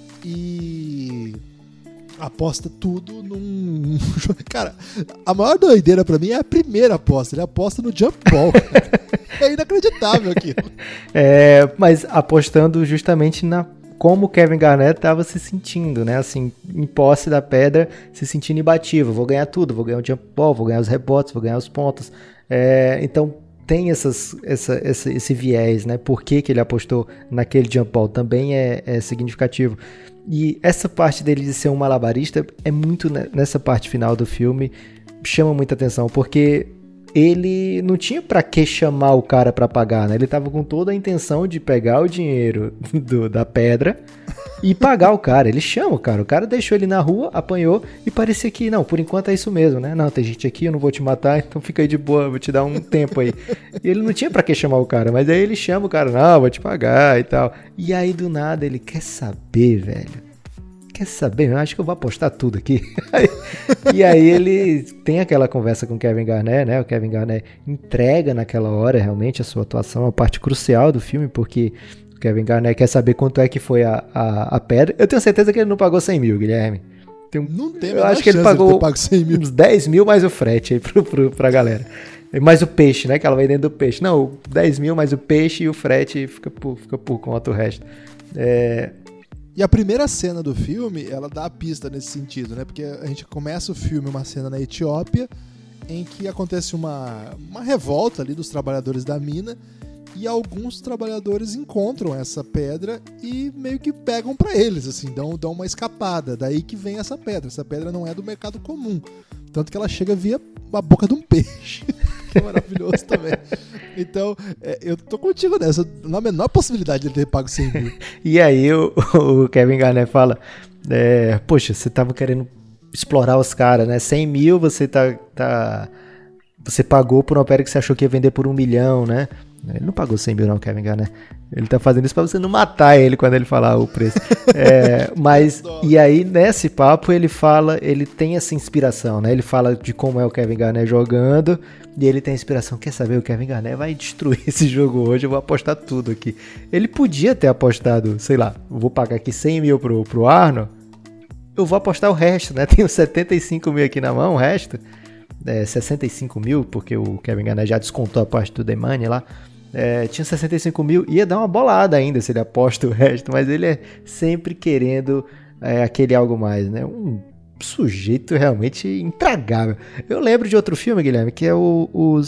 e aposta tudo num... Cara, a maior doideira pra mim é a primeira aposta, ele aposta no jump ball. É inacreditável aquilo. Mas apostando justamente como o Kevin Garnett estava se sentindo, né? Assim, em posse da pedra, se sentindo imbatível. Vou ganhar tudo, vou ganhar o jump ball, vou ganhar os rebotes, vou ganhar os pontos. Então tem esse viés, né? Por que ele apostou naquele jump ball também é significativo. E essa parte dele de ser um malabarista é muito, nessa parte final do filme, chama muita atenção, porque ele não tinha pra que chamar o cara pra pagar, né? Ele tava com toda a intenção de pegar o dinheiro da pedra e pagar o cara. Ele chama o cara deixou ele na rua, apanhou e parecia que, não, por enquanto é isso mesmo, né? Não, tem gente aqui, eu não vou te matar, então fica aí de boa, vou te dar um tempo aí. E ele não tinha pra que chamar o cara, mas aí ele chama o cara, não, vou te pagar e tal. E aí do nada ele quer saber, velho. Quer saber? Eu acho que eu vou apostar tudo aqui. E aí ele tem aquela conversa com o Kevin Garnett, né? O Kevin Garnett entrega naquela hora realmente a sua atuação, uma parte crucial do filme, porque o Kevin Garnett quer saber quanto é que foi a pedra. Eu tenho certeza que ele não pagou 100 mil, Guilherme. Não tem eu acho que ele pagou 100 mil. Uns 10 mil mais o frete aí pra galera. Mais o peixe, né? Que ela vai dentro do peixe. Não, 10 mil mais o peixe e o frete fica por conta o resto. E a primeira cena do filme, ela dá a pista nesse sentido, né? Porque a gente começa o filme, uma cena na Etiópia, em que acontece uma revolta ali dos trabalhadores da mina, e alguns trabalhadores encontram essa pedra e meio que pegam pra eles, assim, dão uma escapada. Daí que vem essa pedra. Essa pedra não é do mercado comum. Tanto que ela chega via a boca de um peixe. Que é maravilhoso também. Então, eu tô contigo nessa. Na menor possibilidade de ele ter pago 100 mil. E aí o Kevin Garnett fala, poxa, você tava querendo explorar os caras, né? 100 mil você você pagou por uma pedra que você achou que ia vender por 1 milhão, né? Ele não pagou 100 mil não, Kevin Garnett. Ele tá fazendo isso pra você não matar ele quando ele falar o preço. Mas, e aí nesse papo ele tem essa inspiração, né? Ele fala de como é o Kevin Garnett jogando, e ele tem a inspiração, quer saber, o Kevin Garnett vai destruir esse jogo hoje, eu vou apostar tudo aqui. Ele podia ter apostado, sei lá, eu vou pagar aqui 100 mil pro Arnold, eu vou apostar o resto, né? Tenho 75 mil aqui na mão, o resto, 65 mil, porque o Kevin Garnett já descontou a parte do The Money lá. Tinha 65 mil, ia dar uma bolada ainda se ele aposta o resto, mas ele é sempre querendo aquele algo mais, né? Um sujeito realmente intragável. Eu lembro de outro filme, Guilherme, que é o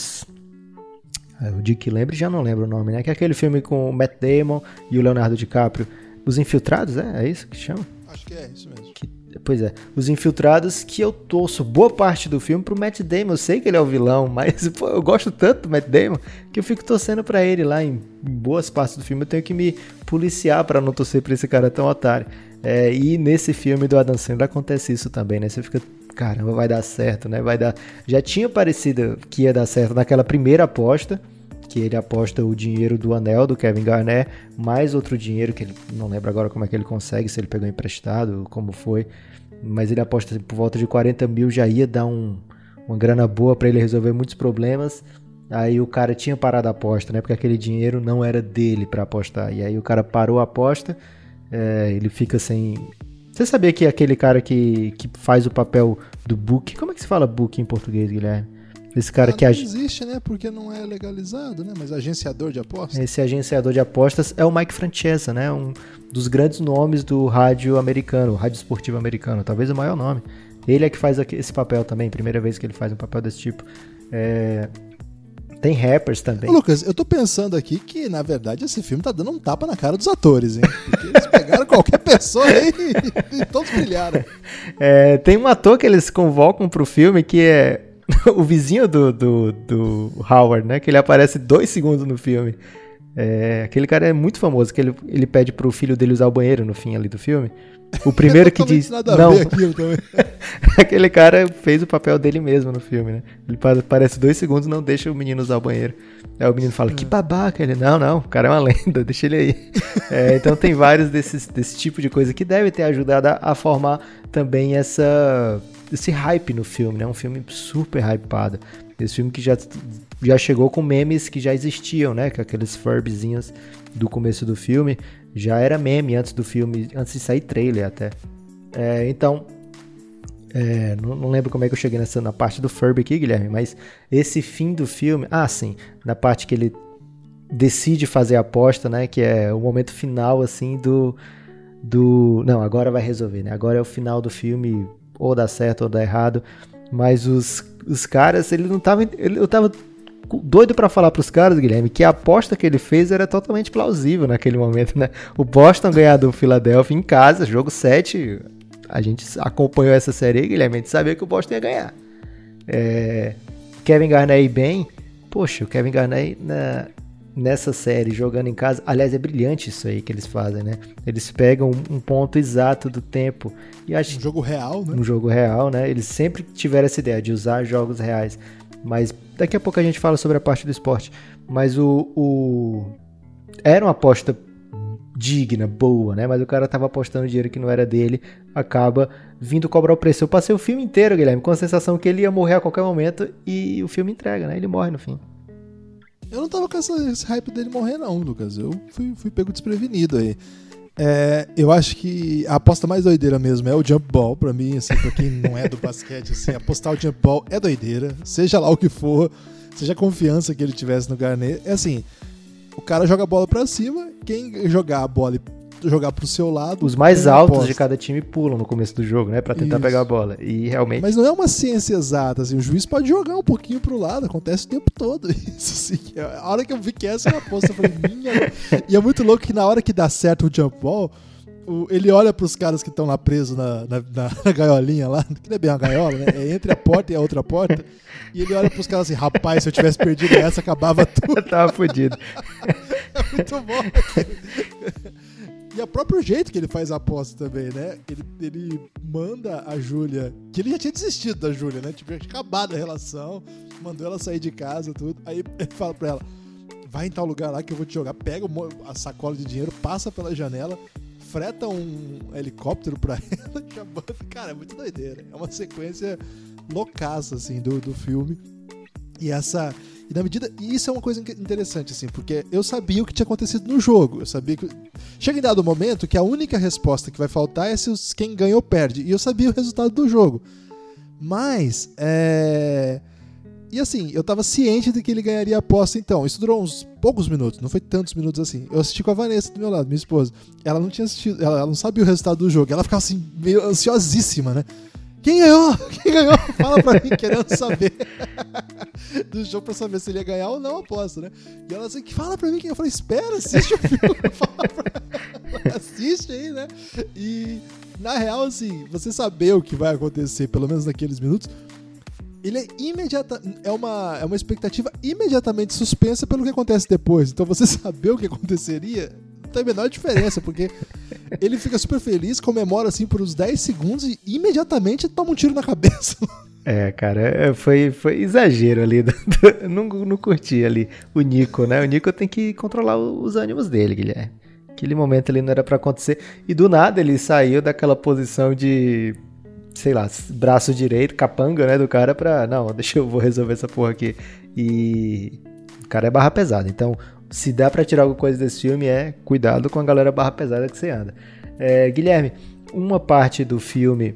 Dick lembra, já não lembro o nome, né? Que é aquele filme com o Matt Damon e o Leonardo DiCaprio, Os Infiltrados, é isso que chama? Acho que é isso mesmo. Pois é, Os Infiltrados, que eu torço boa parte do filme pro Matt Damon. Eu sei que ele é o vilão, mas pô, eu gosto tanto do Matt Damon que eu fico torcendo pra ele lá em boas partes do filme. Eu tenho que me policiar pra não torcer pra esse cara tão otário. E nesse filme do Adam Sandler acontece isso também, né? Você fica, caramba, vai dar certo, né? Vai dar. Já tinha parecido que ia dar certo naquela primeira aposta, que ele aposta o dinheiro do anel do Kevin Garnett, mais outro dinheiro que ele não lembra agora como é que ele consegue, se ele pegou emprestado, como foi, mas ele aposta por volta de 40 mil, já ia dar uma grana boa para ele resolver muitos problemas. Aí o cara tinha parado a aposta, né, porque aquele dinheiro não era dele para apostar, e aí o cara parou a aposta, ele fica sem... Você sabia que aquele cara que faz o papel do book, como é que se fala book em português, Guilherme? Esse cara que não existe, né? Porque não é legalizado, né? Mas agenciador de apostas. Esse agenciador de apostas é o Mike Francesa, né? Um dos grandes nomes do rádio americano, rádio esportivo americano, talvez o maior nome. Ele é que faz esse papel também, primeira vez que ele faz um papel desse tipo. Tem rappers também. Ô, Lucas, eu tô pensando aqui que, na verdade, esse filme tá dando um tapa na cara dos atores, hein? Porque eles pegaram qualquer pessoa aí e todos brilharam. Tem um ator que eles convocam pro filme que é o vizinho do Howard, né? Que ele aparece 2 segundos no filme. Aquele cara é muito famoso, que ele pede pro filho dele usar o banheiro no fim ali do filme. O primeiro que diz... Nada não, a ver aquilo também. Aquele cara fez o papel dele mesmo no filme, né? Ele aparece 2 segundos e não deixa o menino usar o banheiro. Aí o menino fala, que babaca. Ele, não, o cara é uma lenda, deixa ele aí. Então tem vários desse tipo de coisa que deve ter ajudado a formar também esse hype no filme, né? Um filme super hypado. Esse filme que já chegou com memes que já existiam, né? Com aqueles Furbyzinhos do começo do filme. Já era meme antes do filme, antes de sair trailer até. Então, não lembro como é que eu cheguei na parte do Furby aqui, Guilherme, mas esse fim do filme... sim, na parte que ele decide fazer a aposta, né? Que é o momento final, assim, não, agora vai resolver, né? Agora é o final do filme, ou dá certo ou dá errado. Mas os caras, eu tava doido pra falar pros caras, Guilherme, que a aposta que ele fez era totalmente plausível naquele momento, né? O Boston ganhar do Philadelphia em casa, jogo 7, a gente acompanhou essa série aí, Guilherme, a gente sabia que o Boston ia ganhar. Kevin Garnett bem, poxa, o Kevin Garnett nessa série, jogando em casa, aliás, é brilhante isso aí que eles fazem, né? Eles pegam um ponto exato do tempo e acho um jogo real, né? Um jogo real, né? Eles sempre tiveram essa ideia de usar jogos reais, mas daqui a pouco a gente fala sobre a parte do esporte, mas era uma aposta digna, boa, né? Mas o cara tava apostando dinheiro que não era dele, acaba vindo cobrar o preço. Eu passei o filme inteiro, Guilherme, com a sensação que ele ia morrer a qualquer momento e o filme entrega, né? Ele morre no fim. Eu não tava com esse hype dele morrer não, Lucas. Eu fui pego desprevenido aí. Eu acho que a aposta mais doideira mesmo é o jump ball, pra mim, assim, pra quem não é do basquete, assim, apostar o jump ball é doideira, seja lá o que for, seja a confiança que ele tivesse no Garnett, assim, o cara joga a bola pra cima, quem jogar a bola e jogar pro seu lado... Os mais altos de cada time pulam no começo do jogo, né, pra tentar pegar a bola, e realmente... Mas não é uma ciência exata, assim, o juiz pode jogar um pouquinho pro lado, acontece o tempo todo, isso, assim, a hora que eu vi que essa é uma aposta, eu falei, e é muito louco que na hora que dá certo o jump ball, ele olha pros caras que estão lá presos na gaiolinha lá, que não é bem uma gaiola, né, é entre a porta e a outra porta, e ele olha pros caras assim, rapaz, se eu tivesse perdido essa, acabava tudo. Tava fodido. É muito bom. E é o próprio jeito que ele faz a aposta também, né? Ele manda a Júlia, que ele já tinha desistido da Júlia, né? Tipo, tinha acabado a relação, mandou ela sair de casa, tudo. Aí ele fala pra ela, vai em tal lugar lá que eu vou te jogar, pega a sacola de dinheiro, passa pela janela, freta um helicóptero pra ela, já manda. Cara, é muito doideira. É uma sequência loucaça, assim, do filme. E isso é uma coisa interessante, assim, porque eu sabia o que tinha acontecido no jogo. Eu sabia que... Chega em dado momento que a única resposta que vai faltar é se quem ganhou perde. E eu sabia o resultado do jogo. Mas, E assim, eu tava ciente de que ele ganharia a aposta, então. Isso durou uns poucos minutos, não foi tantos minutos assim. Eu assisti com a Vanessa do meu lado, minha esposa. Ela não tinha assistido, ela não sabia o resultado do jogo. Ela ficava assim, meio ansiosíssima, né? Quem ganhou? Quem ganhou? Fala pra mim, querendo saber do jogo pra saber se ele ia ganhar ou não a aposta, né? E ela assim, fala pra mim quem. Eu falei, espera, assiste o filme. Fala pra ela, assiste aí, né? E, na real, assim, você saber o que vai acontecer, pelo menos naqueles minutos, ele é uma expectativa imediatamente suspensa pelo que acontece depois. Então você saber o que aconteceria não tem a menor diferença, porque ele fica super feliz, comemora assim por uns 10 segundos e imediatamente toma um tiro na cabeça. Cara, foi exagero ali. Não curti ali o Nico, né? O Nico tem que controlar os ânimos dele, Guilherme. Aquele momento ali não era pra acontecer. E do nada ele saiu daquela posição de, sei lá, braço direito, capanga, né, do cara pra... Não, vou resolver essa porra aqui. E o cara é barra pesada. Então, se dá pra tirar alguma coisa desse filme, cuidado com a galera barra pesada que você anda. Guilherme, uma parte do filme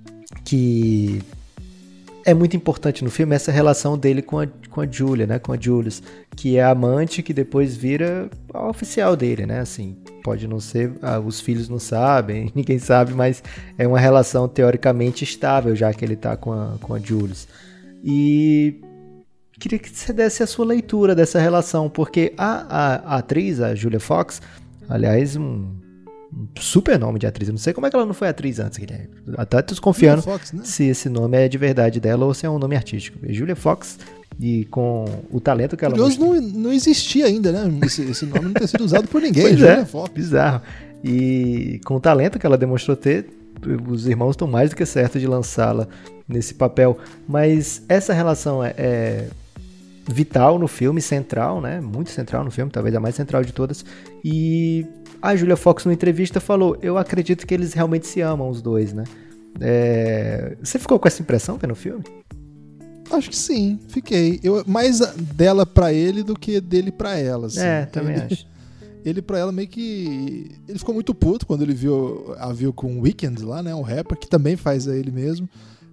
que é muito importante no filme é essa relação dele com a Julia, né, com a Julius, que é a amante que depois vira a oficial dele, né, assim, pode não ser, os filhos não sabem, ninguém sabe, mas é uma relação teoricamente estável, já que ele tá com a Julius. E queria que você desse a sua leitura dessa relação, porque a atriz, a Julia Fox, aliás, um super nome de atriz, eu não sei como é que ela não foi atriz antes, Guilherme, até tô desconfiando Fox, né? Se esse nome é de verdade dela ou se é um nome artístico. Julia Fox, e com o talento que ela mostrou. Não existia ainda, né? Esse nome não tem sido usado por ninguém. Pois Julia Fox. Bizarro. E com o talento que ela demonstrou ter, os irmãos estão mais do que certos de lançá-la nesse papel. Mas essa relação é vital no filme, central, né? Muito central no filme, talvez a mais central de todas. E a Julia Fox, numa entrevista, falou: eu acredito que eles realmente se amam, os dois, né? Você ficou com essa impressão vendo o filme? Acho que sim, fiquei. Mais dela pra ele do que dele pra ela. Assim. Também acho. Ele pra ela meio que... Ele ficou muito puto quando ele viu com o Weeknd lá, né? Um rapper que também faz a ele mesmo.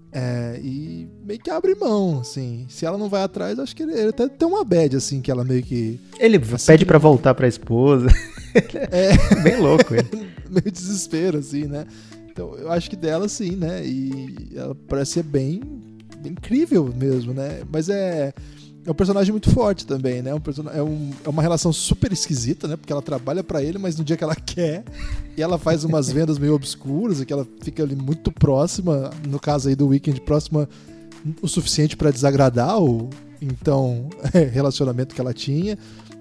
E meio que abre mão, assim. Se ela não vai atrás, acho que ele até tem uma bad, assim, que ela meio que... Ele assim, pede pra voltar pra esposa. Bem louco ele. Meio desespero, assim, né? Então, eu acho que dela, sim, né? E ela parece ser bem incrível mesmo, né? Mas é um personagem muito forte também, né? É uma relação super esquisita, né? Porque ela trabalha pra ele, mas no dia que ela quer, e ela faz umas vendas meio obscuras, e que ela fica ali muito próxima, no caso aí do Weeknd, próxima o suficiente pra desagradar o relacionamento que ela tinha.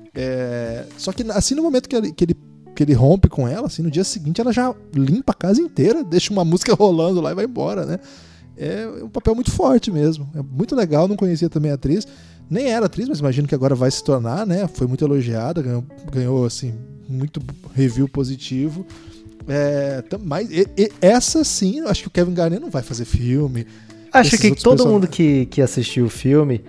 Só que assim, no momento que ele rompe com ela, assim, no dia seguinte ela já limpa a casa inteira, deixa uma música rolando lá e vai embora, né? É um papel muito forte mesmo. É muito legal, não conhecia também a atriz. Nem era atriz, mas imagino que agora vai se tornar, né? Foi muito elogiada, ganhou assim, muito review positivo. Mas essa sim, eu acho que o Kevin Garnett não vai fazer filme. Acho que todo mundo que assistiu o filme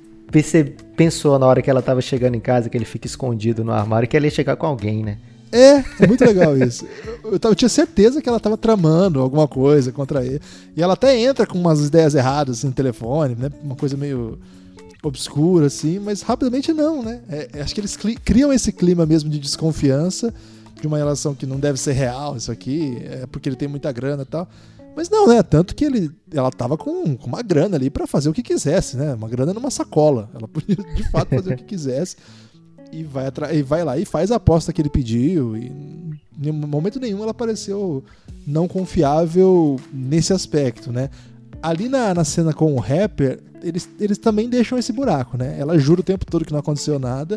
pensou na hora que ela tava chegando em casa, que ele fica escondido no armário, que ela ia chegar com alguém, né? É muito legal isso. Eu tinha certeza que ela tava tramando alguma coisa contra ele. E ela até entra com umas ideias erradas assim, no telefone, né? Uma coisa meio obscura, assim, mas rapidamente não, né? Acho que eles criam esse clima mesmo de desconfiança, de uma relação que não deve ser real, isso aqui, porque ele tem muita grana e tal. Mas não, né? Tanto que ela tava com uma grana ali pra fazer o que quisesse, né? Uma grana numa sacola. Ela podia, de fato, fazer o que quisesse. E vai lá e faz a aposta que ele pediu. E em momento nenhum ela pareceu não confiável nesse aspecto, né? Ali na cena com o rapper, eles também deixam esse buraco, né? Ela jura o tempo todo que não aconteceu nada.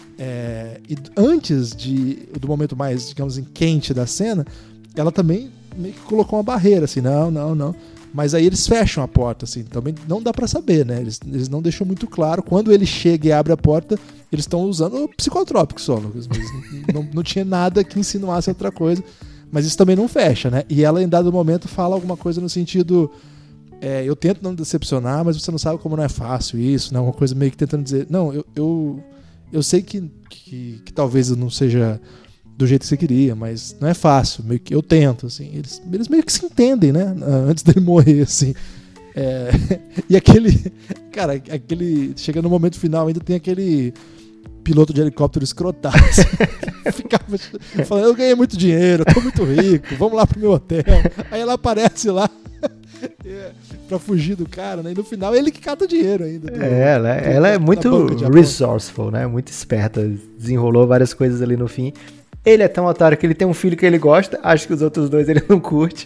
E antes do momento mais, digamos assim, quente da cena, ela também meio que colocou uma barreira, assim, não. Mas aí eles fecham a porta, assim, também não dá pra saber, né? Eles não deixam muito claro. Quando ele chega e abre a porta, eles estão usando psicotrópicos só, Lucas. Não tinha nada que insinuasse outra coisa. Mas isso também não fecha, né? E ela, em dado momento, fala alguma coisa no sentido... eu tento não decepcionar, mas você não sabe como não é fácil isso, né? Uma coisa meio que tentando dizer... Não, eu sei que talvez eu não seja... do jeito que você queria, mas não é fácil, meio que eu tento, assim, eles meio que se entendem, né, antes dele morrer, assim, e chega no momento final, ainda tem aquele piloto de helicóptero escrotado, assim, ficava falando, eu ganhei muito dinheiro, eu tô muito rico, vamos lá pro meu hotel, aí ela aparece lá, pra fugir do cara, né? E no final ele que cata dinheiro ainda. Ela é muito resourceful, né? Muito esperta, desenrolou várias coisas ali no fim. Ele é tão otário que ele tem um filho que ele gosta, acho que os outros dois ele não curte.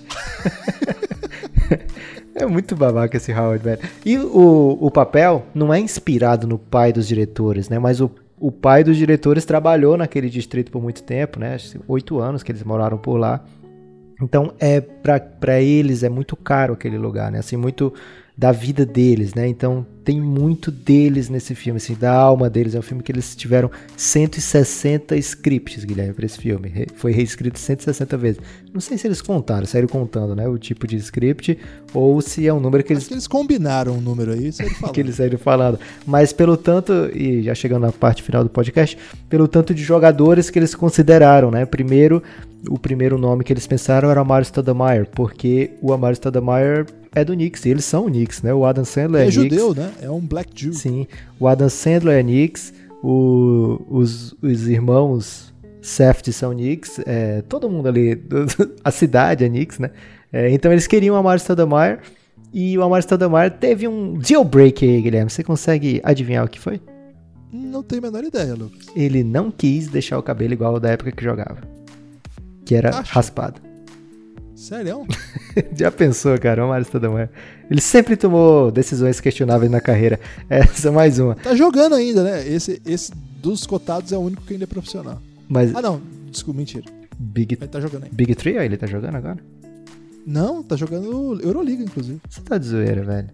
É muito babaca esse Howard, velho. E o papel não é inspirado no pai dos diretores, né? Mas o pai dos diretores trabalhou naquele distrito por muito tempo, né? Acho que 8 anos que eles moraram por lá. Então, pra eles é muito caro aquele lugar, né? Assim, muito da vida deles, né? Então, tem muito deles nesse filme, assim, da alma deles. É um filme que eles tiveram 160 scripts, Guilherme, pra esse filme. Foi reescrito 160 vezes. Não sei se eles saíram contando, né? O tipo de script, ou se é um número que eles... Acho que eles combinaram um número aí, que eles saíram falando. Mas pelo tanto, e já chegando na parte final do podcast, pelo tanto de jogadores que eles consideraram, né? O primeiro nome que eles pensaram era o Amário Stoudemire, porque o Amário Stoudemire é do Knicks, e eles são o Knicks, né? O Adam Sandler é Knicks. É judeu, né? É um Black Jew. Sim, o Adam Sandler é Knicks, os irmãos Safdie são Knicks, todo mundo ali, a cidade é Knicks, né? Então eles queriam o Amário Stoudemire, e o Amário Stoudemire teve um deal break aí, Guilherme. Você consegue adivinhar o que foi? Não tenho a menor ideia, Lucas. Ele não quis deixar o cabelo igual ao da época que jogava, que era raspado. Sério? Já pensou, cara, o Amário Stoudemire. Ele sempre tomou decisões questionáveis na carreira. Essa é mais uma. Tá jogando ainda, né? Esse dos cotados é o único que ainda é profissional. Mas... Ah, não. Desculpa, mentira. Ele tá jogando aí. Big 3, ele tá jogando agora? Não, tá jogando Euroliga, inclusive. Você tá de zoeira, velho.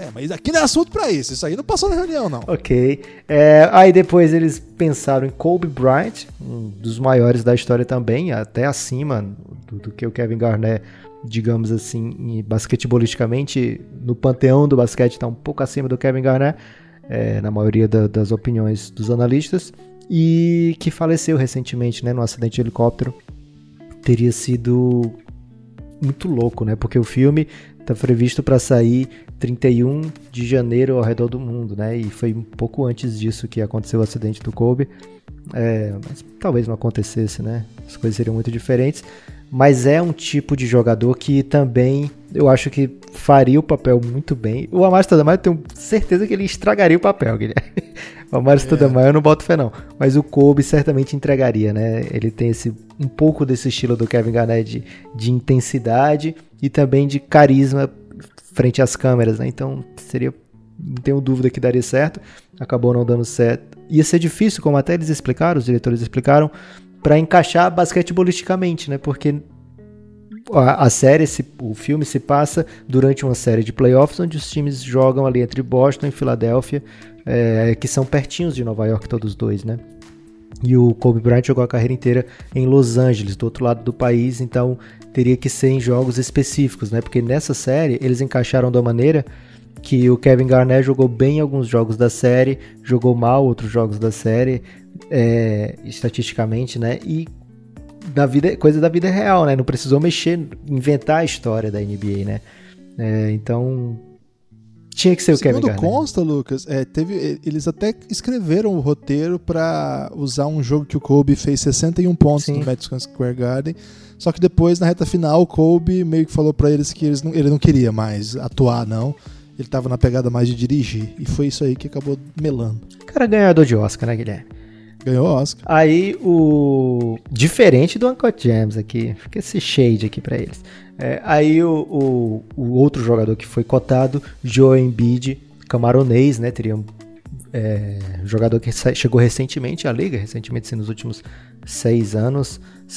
Mas aqui não é assunto pra isso aí não passou na reunião, não. Ok. Aí depois eles pensaram em Kobe Bryant, um dos maiores da história também, até acima do que o Kevin Garnett, digamos assim, basquetebolisticamente, no panteão do basquete está um pouco acima do Kevin Garnett, na maioria das opiniões dos analistas, e que faleceu recentemente, né, num acidente de helicóptero. Teria sido muito louco, né, porque o filme está previsto para sair 31 de janeiro ao redor do mundo, né, e foi um pouco antes disso que aconteceu o acidente do Kobe, mas talvez não acontecesse, né, as coisas seriam muito diferentes. Mas é um tipo de jogador que também eu acho que faria o papel muito bem. O Amar'e Stoudemire, eu tenho certeza que ele estragaria o papel, Guilherme. O Amar'e Stoudemire eu não boto fé não. Mas o Kobe certamente entregaria, né? Ele tem um pouco desse estilo do Kevin Garnett de intensidade e também de carisma frente às câmeras, né? Então não tenho dúvida que daria certo. Acabou não dando certo. Ia ser difícil, como até eles explicaram, os diretores explicaram, para encaixar basquetebolisticamente, né? Porque a série, o filme se passa durante uma série de playoffs onde os times jogam ali entre Boston e Filadélfia, que são pertinhos de Nova York todos dois, né? E o Kobe Bryant jogou a carreira inteira em Los Angeles, do outro lado do país, então teria que ser em jogos específicos, né? Porque nessa série eles encaixaram da maneira que o Kevin Garnett jogou bem alguns jogos da série, jogou mal outros jogos da série, estatisticamente, né? E coisa da vida real, né? Não precisou inventar a história da NBA, né? Então tinha que ser o Kevin Garnett. Segundo consta, Lucas, eles até escreveram o roteiro para usar um jogo que o Kobe fez 61 pontos no Madison Square Garden. Só que depois, na reta final, o Kobe meio que falou para eles que ele não queria mais atuar, não. Ele tava na pegada mais de dirigir. E foi isso aí que acabou melando. O cara ganhador de Oscar, né, Guilherme? Ganhou o Oscar. Aí diferente do Uncut Gems aqui, fica esse shade aqui pra eles. Aí o outro jogador que foi cotado, Joel Embiid, camaronês, né? Teria um jogador que chegou recentemente à liga, recentemente nos últimos 7 anos,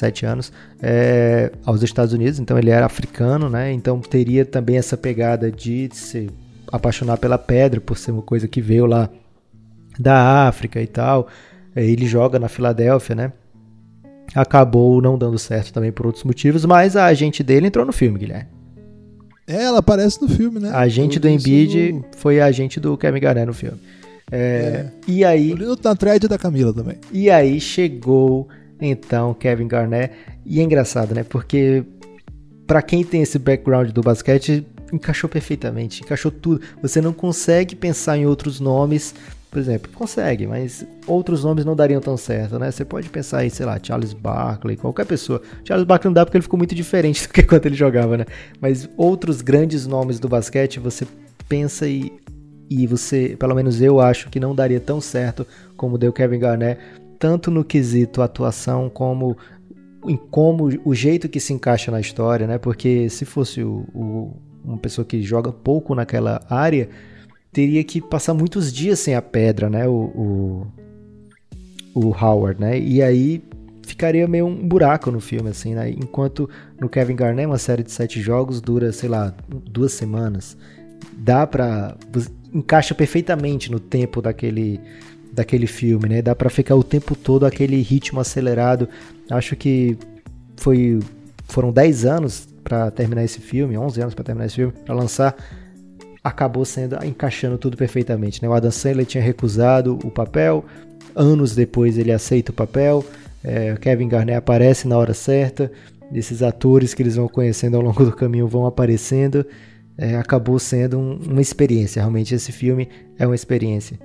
aos Estados Unidos, então ele era africano, né? Então teria também essa pegada de se apaixonar pela pedra, por ser uma coisa que veio lá da África e tal. Ele joga na Filadélfia, né? Acabou não dando certo também por outros motivos, mas a agente dele entrou no filme, Guilherme. Ela aparece no filme, né? A agente do Embiid foi a agente do Kevin Garnett no filme. E aí... Na thread da Camila também. E aí chegou, então, Kevin Garnett. E é engraçado, né? Porque pra quem tem esse background do basquete, encaixou perfeitamente, encaixou tudo. Você não consegue pensar em outros nomes... Por exemplo, consegue, mas outros nomes não dariam tão certo, né? Você pode pensar em, sei lá, Charles Barkley, qualquer pessoa. Charles Barkley não dá porque ele ficou muito diferente do que quando ele jogava, né? Mas outros grandes nomes do basquete, você pensa e você, pelo menos eu acho que não daria tão certo como deu Kevin Garnett, tanto no quesito atuação como o jeito que se encaixa na história, né? Porque se fosse uma pessoa que joga pouco naquela área, teria que passar muitos dias sem a pedra, né, o Howard, né, e aí ficaria meio um buraco no filme, assim, né, enquanto no Kevin Garnett uma série de 7 jogos dura, sei lá, 2 semanas, encaixa perfeitamente no tempo daquele filme, né, dá pra ficar o tempo todo aquele ritmo acelerado. Acho que foram 10 anos pra terminar esse filme, 11 anos pra terminar esse filme, pra lançar. Acabou encaixando tudo perfeitamente, né? O Adam Sandler tinha recusado o papel, anos depois ele aceita o papel, Kevin Garnett aparece na hora certa, esses atores que eles vão conhecendo ao longo do caminho vão aparecendo, acabou sendo uma experiência, realmente esse filme é uma experiência.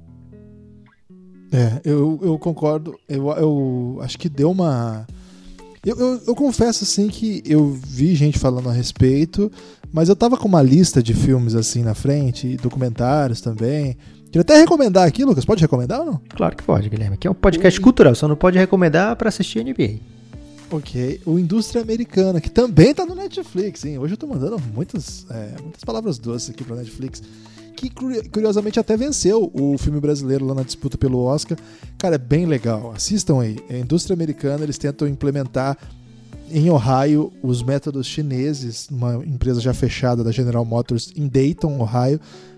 Eu concordo, eu acho que deu uma... Eu confesso assim que eu vi gente falando a respeito, mas eu tava com uma lista de filmes assim na frente, e documentários também. Queria até recomendar aqui, Lucas. Pode recomendar ou não? Claro que pode, Guilherme. Aqui é um podcast cultural, só não pode recomendar pra assistir NBA. Ok. O Indústria Americana, que também tá no Netflix, hein? Hoje eu tô mandando muitas palavras doces aqui pra Netflix. Que curiosamente até venceu o filme brasileiro lá na disputa pelo Oscar. Cara, é bem legal. Assistam aí. A Indústria Americana, eles tentam implementar em Ohio, os métodos chineses, uma empresa já fechada da General Motors em Dayton, Ohio,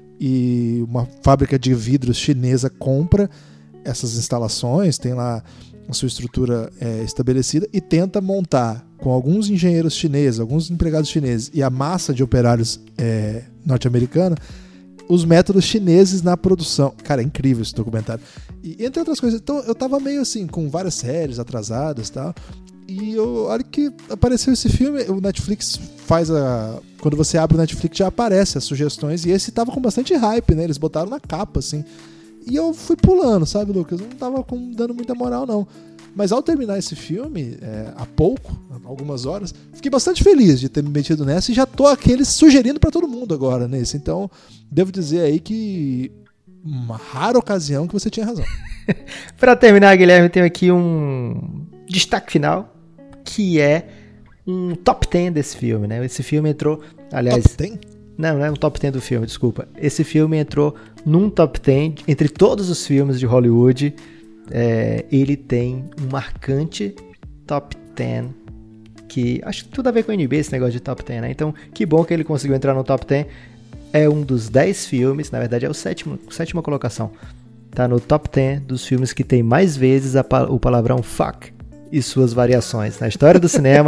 e uma fábrica de vidros chinesa compra essas instalações, tem lá a sua estrutura estabelecida e tenta montar com alguns engenheiros chineses, alguns empregados chineses e a massa de operários norte-americana, os métodos chineses na produção. Cara, é incrível esse documentário. E entre outras coisas, então eu tava meio assim, com várias séries atrasadas e tal, e a hora que apareceu esse filme, o Netflix faz quando você abre o Netflix já aparece as sugestões, e esse tava com bastante hype, né? Eles botaram na capa, assim. E eu fui pulando, sabe, Lucas? Eu não tava dando muita moral, não. Mas ao terminar esse filme, há pouco, algumas horas, fiquei bastante feliz de ter me metido nessa e já tô sugerindo pra todo mundo agora nesse. Então, devo dizer aí que uma rara ocasião que você tinha razão. Pra terminar, Guilherme, eu tenho aqui um destaque final, que é um top 10 desse filme, né? Esse filme entrou, aliás... Top 10? Não é um top 10 do filme, desculpa. Esse filme entrou num top 10, entre todos os filmes de Hollywood, ele tem um marcante top 10, que acho que tudo a ver com a NBA esse negócio de top 10, né? Então, que bom que ele conseguiu entrar no top 10. É um dos 10 filmes, na verdade é sétima colocação. Tá no top 10 dos filmes que tem mais vezes o palavrão fuck e suas variações. Na história do cinema,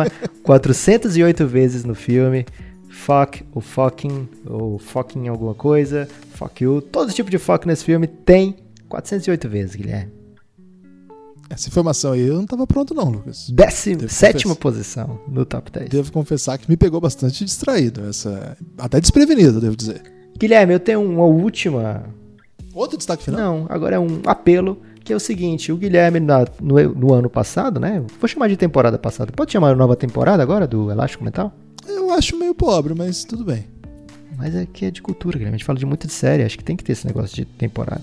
408 vezes no filme. Fuck, ou fucking alguma coisa, fuck you, todo tipo de fuck nesse filme tem 408 vezes, Guilherme. Essa informação aí eu não tava pronto não, Lucas. Sétima posição no top 10. Devo confessar que me pegou bastante distraído, até desprevenido, devo dizer. Guilherme, eu tenho uma última... Outro destaque final? Não, agora é um apelo, que é o seguinte, o Guilherme no ano passado, né, vou chamar de temporada passada, pode chamar de nova temporada agora do Elástico Mental? Eu acho meio pobre, mas tudo bem. Mas aqui é de cultura, Guilherme. A gente fala de muito de série. Acho que tem que ter esse negócio de temporada.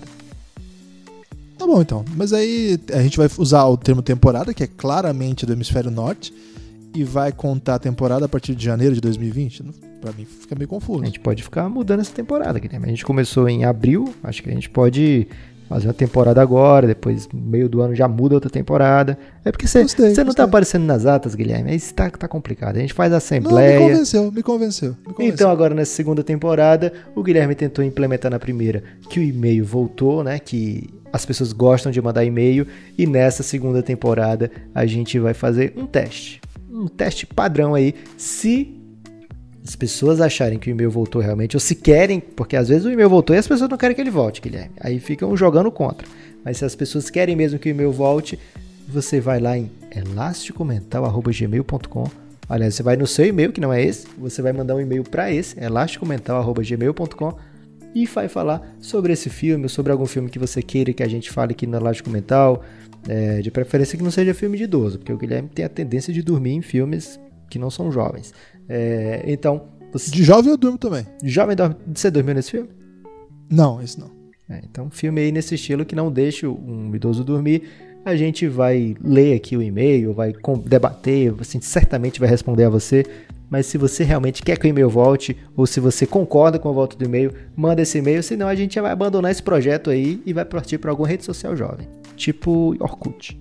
Tá bom, então. Mas aí a gente vai usar o termo temporada, que é claramente do hemisfério norte, e vai contar a temporada a partir de janeiro de 2020. Pra mim fica meio confuso. A gente pode ficar mudando essa temporada, Guilherme. A gente começou em abril. Acho que a gente pode fazer uma temporada agora, depois no meio do ano já muda outra temporada. É porque você não tá aparecendo nas atas, Guilherme, aí tá complicado. A gente faz a assembleia. Não, me convenceu. Então agora nessa segunda temporada, o Guilherme tentou implementar na primeira que o e-mail voltou, né, que as pessoas gostam de mandar e-mail, e nessa segunda temporada a gente vai fazer um teste padrão aí, se as pessoas acharem que o e-mail voltou realmente, ou se querem, porque às vezes o e-mail voltou e as pessoas não querem que ele volte, Guilherme. Aí ficam jogando contra. Mas se as pessoas querem mesmo que o e-mail volte, você vai lá em elasticomental@gmail.com. Aliás, você vai no seu e-mail, que não é esse, você vai mandar um e-mail para esse, elasticomental@gmail.com, e vai falar sobre esse filme, sobre algum filme que você queira que a gente fale aqui no Elástico Mental, de preferência que não seja filme de idoso, porque o Guilherme tem a tendência de dormir em filmes que não são jovens. Então... De jovem eu durmo também. De jovem dorme... Você dormiu nesse filme? Não, esse não. Então, filme aí nesse estilo que não deixa um idoso dormir. A gente vai ler aqui o e-mail, vai debater, assim, certamente vai responder a você. Mas se você realmente quer que o e-mail volte, ou se você concorda com a volta do e-mail, manda esse e-mail, senão a gente já vai abandonar esse projeto aí e vai partir para alguma rede social jovem. Tipo Orkut.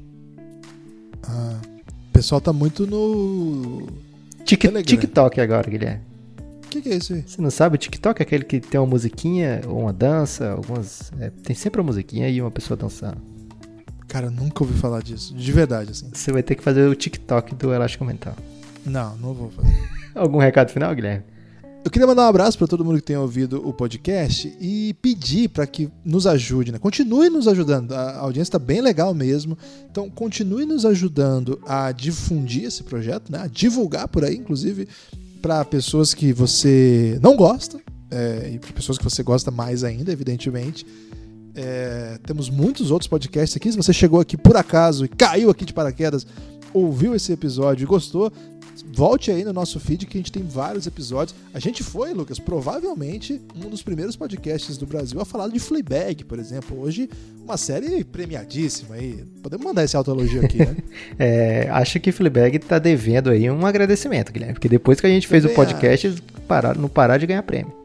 O pessoal tá muito no... TikTok agora, Guilherme. O que é isso aí? Você não sabe? O TikTok é aquele que tem uma musiquinha ou uma dança, algumas... tem sempre uma musiquinha e uma pessoa dançando. Cara, nunca ouvi falar disso. De verdade, assim. Você vai ter que fazer o TikTok do Elástico Mental. Não vou fazer. Algum recado final, Guilherme? Eu queria mandar um abraço para todo mundo que tem ouvido o podcast e pedir para que nos ajude, né? Continue nos ajudando. A audiência está bem legal mesmo. Então, continue nos ajudando a difundir esse projeto, né? A divulgar por aí, inclusive, para pessoas que você não gosta e para pessoas que você gosta mais ainda, evidentemente. Temos muitos outros podcasts aqui. Se você chegou aqui por acaso e caiu aqui de paraquedas, ouviu esse episódio e gostou, volte aí no nosso feed que a gente tem vários episódios. A gente foi, Lucas, provavelmente um dos primeiros podcasts do Brasil a falar de Fleabag, por exemplo. Hoje, uma série premiadíssima aí. Podemos mandar esse autoelogio aqui, né? Acho que Fleabag tá devendo aí um agradecimento, Guilherme, porque depois que a gente fez o podcast, eles não pararam de ganhar prêmio.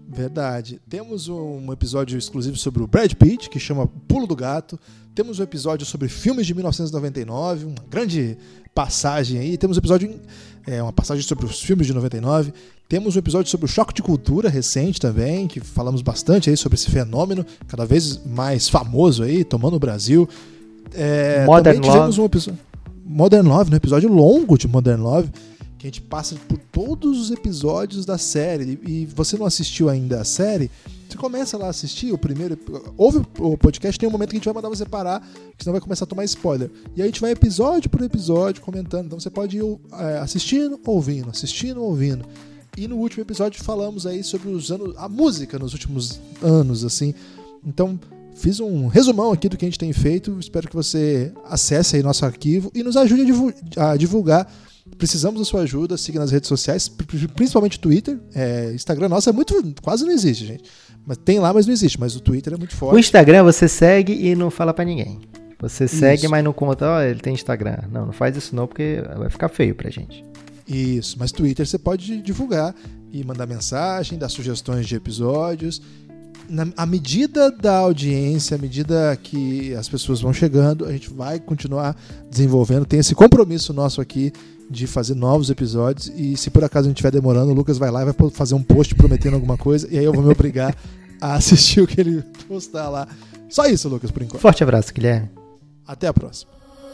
Verdade. Temos um episódio exclusivo sobre o Brad Pitt, que chama Pulo do Gato. Temos um episódio sobre filmes de 1999, uma grande passagem aí. Temos um episódio, uma passagem sobre os filmes de 99. Temos um episódio sobre o choque de cultura recente também, que falamos bastante aí sobre esse fenômeno, cada vez mais famoso aí, tomando o Brasil. Modern Love. Modern Love, um episódio longo de Modern Love, que a gente passa por todos os episódios da série. E você não assistiu ainda a série, você começa lá a assistir o primeiro. Ouve o podcast, tem um momento que a gente vai mandar você parar, porque senão vai começar a tomar spoiler. E aí a gente vai episódio por episódio comentando. Então você pode ir assistindo, ouvindo. E no último episódio falamos aí sobre a música nos últimos anos, assim. Então, fiz um resumão aqui do que a gente tem feito. Espero que você acesse aí nosso arquivo e nos ajude a divulgar. Precisamos da sua ajuda. Siga nas redes sociais, principalmente Twitter. Instagram, nossa, quase não existe, gente. Mas tem lá, mas não existe. Mas o Twitter é muito forte. O Instagram você segue e não fala pra ninguém. Você segue, mas não conta, ele tem Instagram. Não faz isso não, porque vai ficar feio pra gente. Isso, mas Twitter você pode divulgar e mandar mensagem, dar sugestões de episódios. À medida da audiência, à medida que as pessoas vão chegando, a gente vai continuar desenvolvendo. Tem esse compromisso nosso aqui de fazer novos episódios. E se por acaso a gente estiver demorando, o Lucas vai lá e vai fazer um post prometendo alguma coisa. E aí eu vou me obrigar a assistir o que ele postar lá. Só isso, Lucas, por enquanto. Forte abraço, Guilherme. Até a próxima.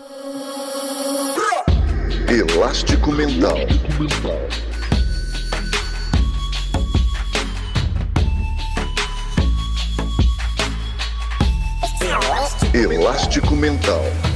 Elástico Mental. Elástico Mental.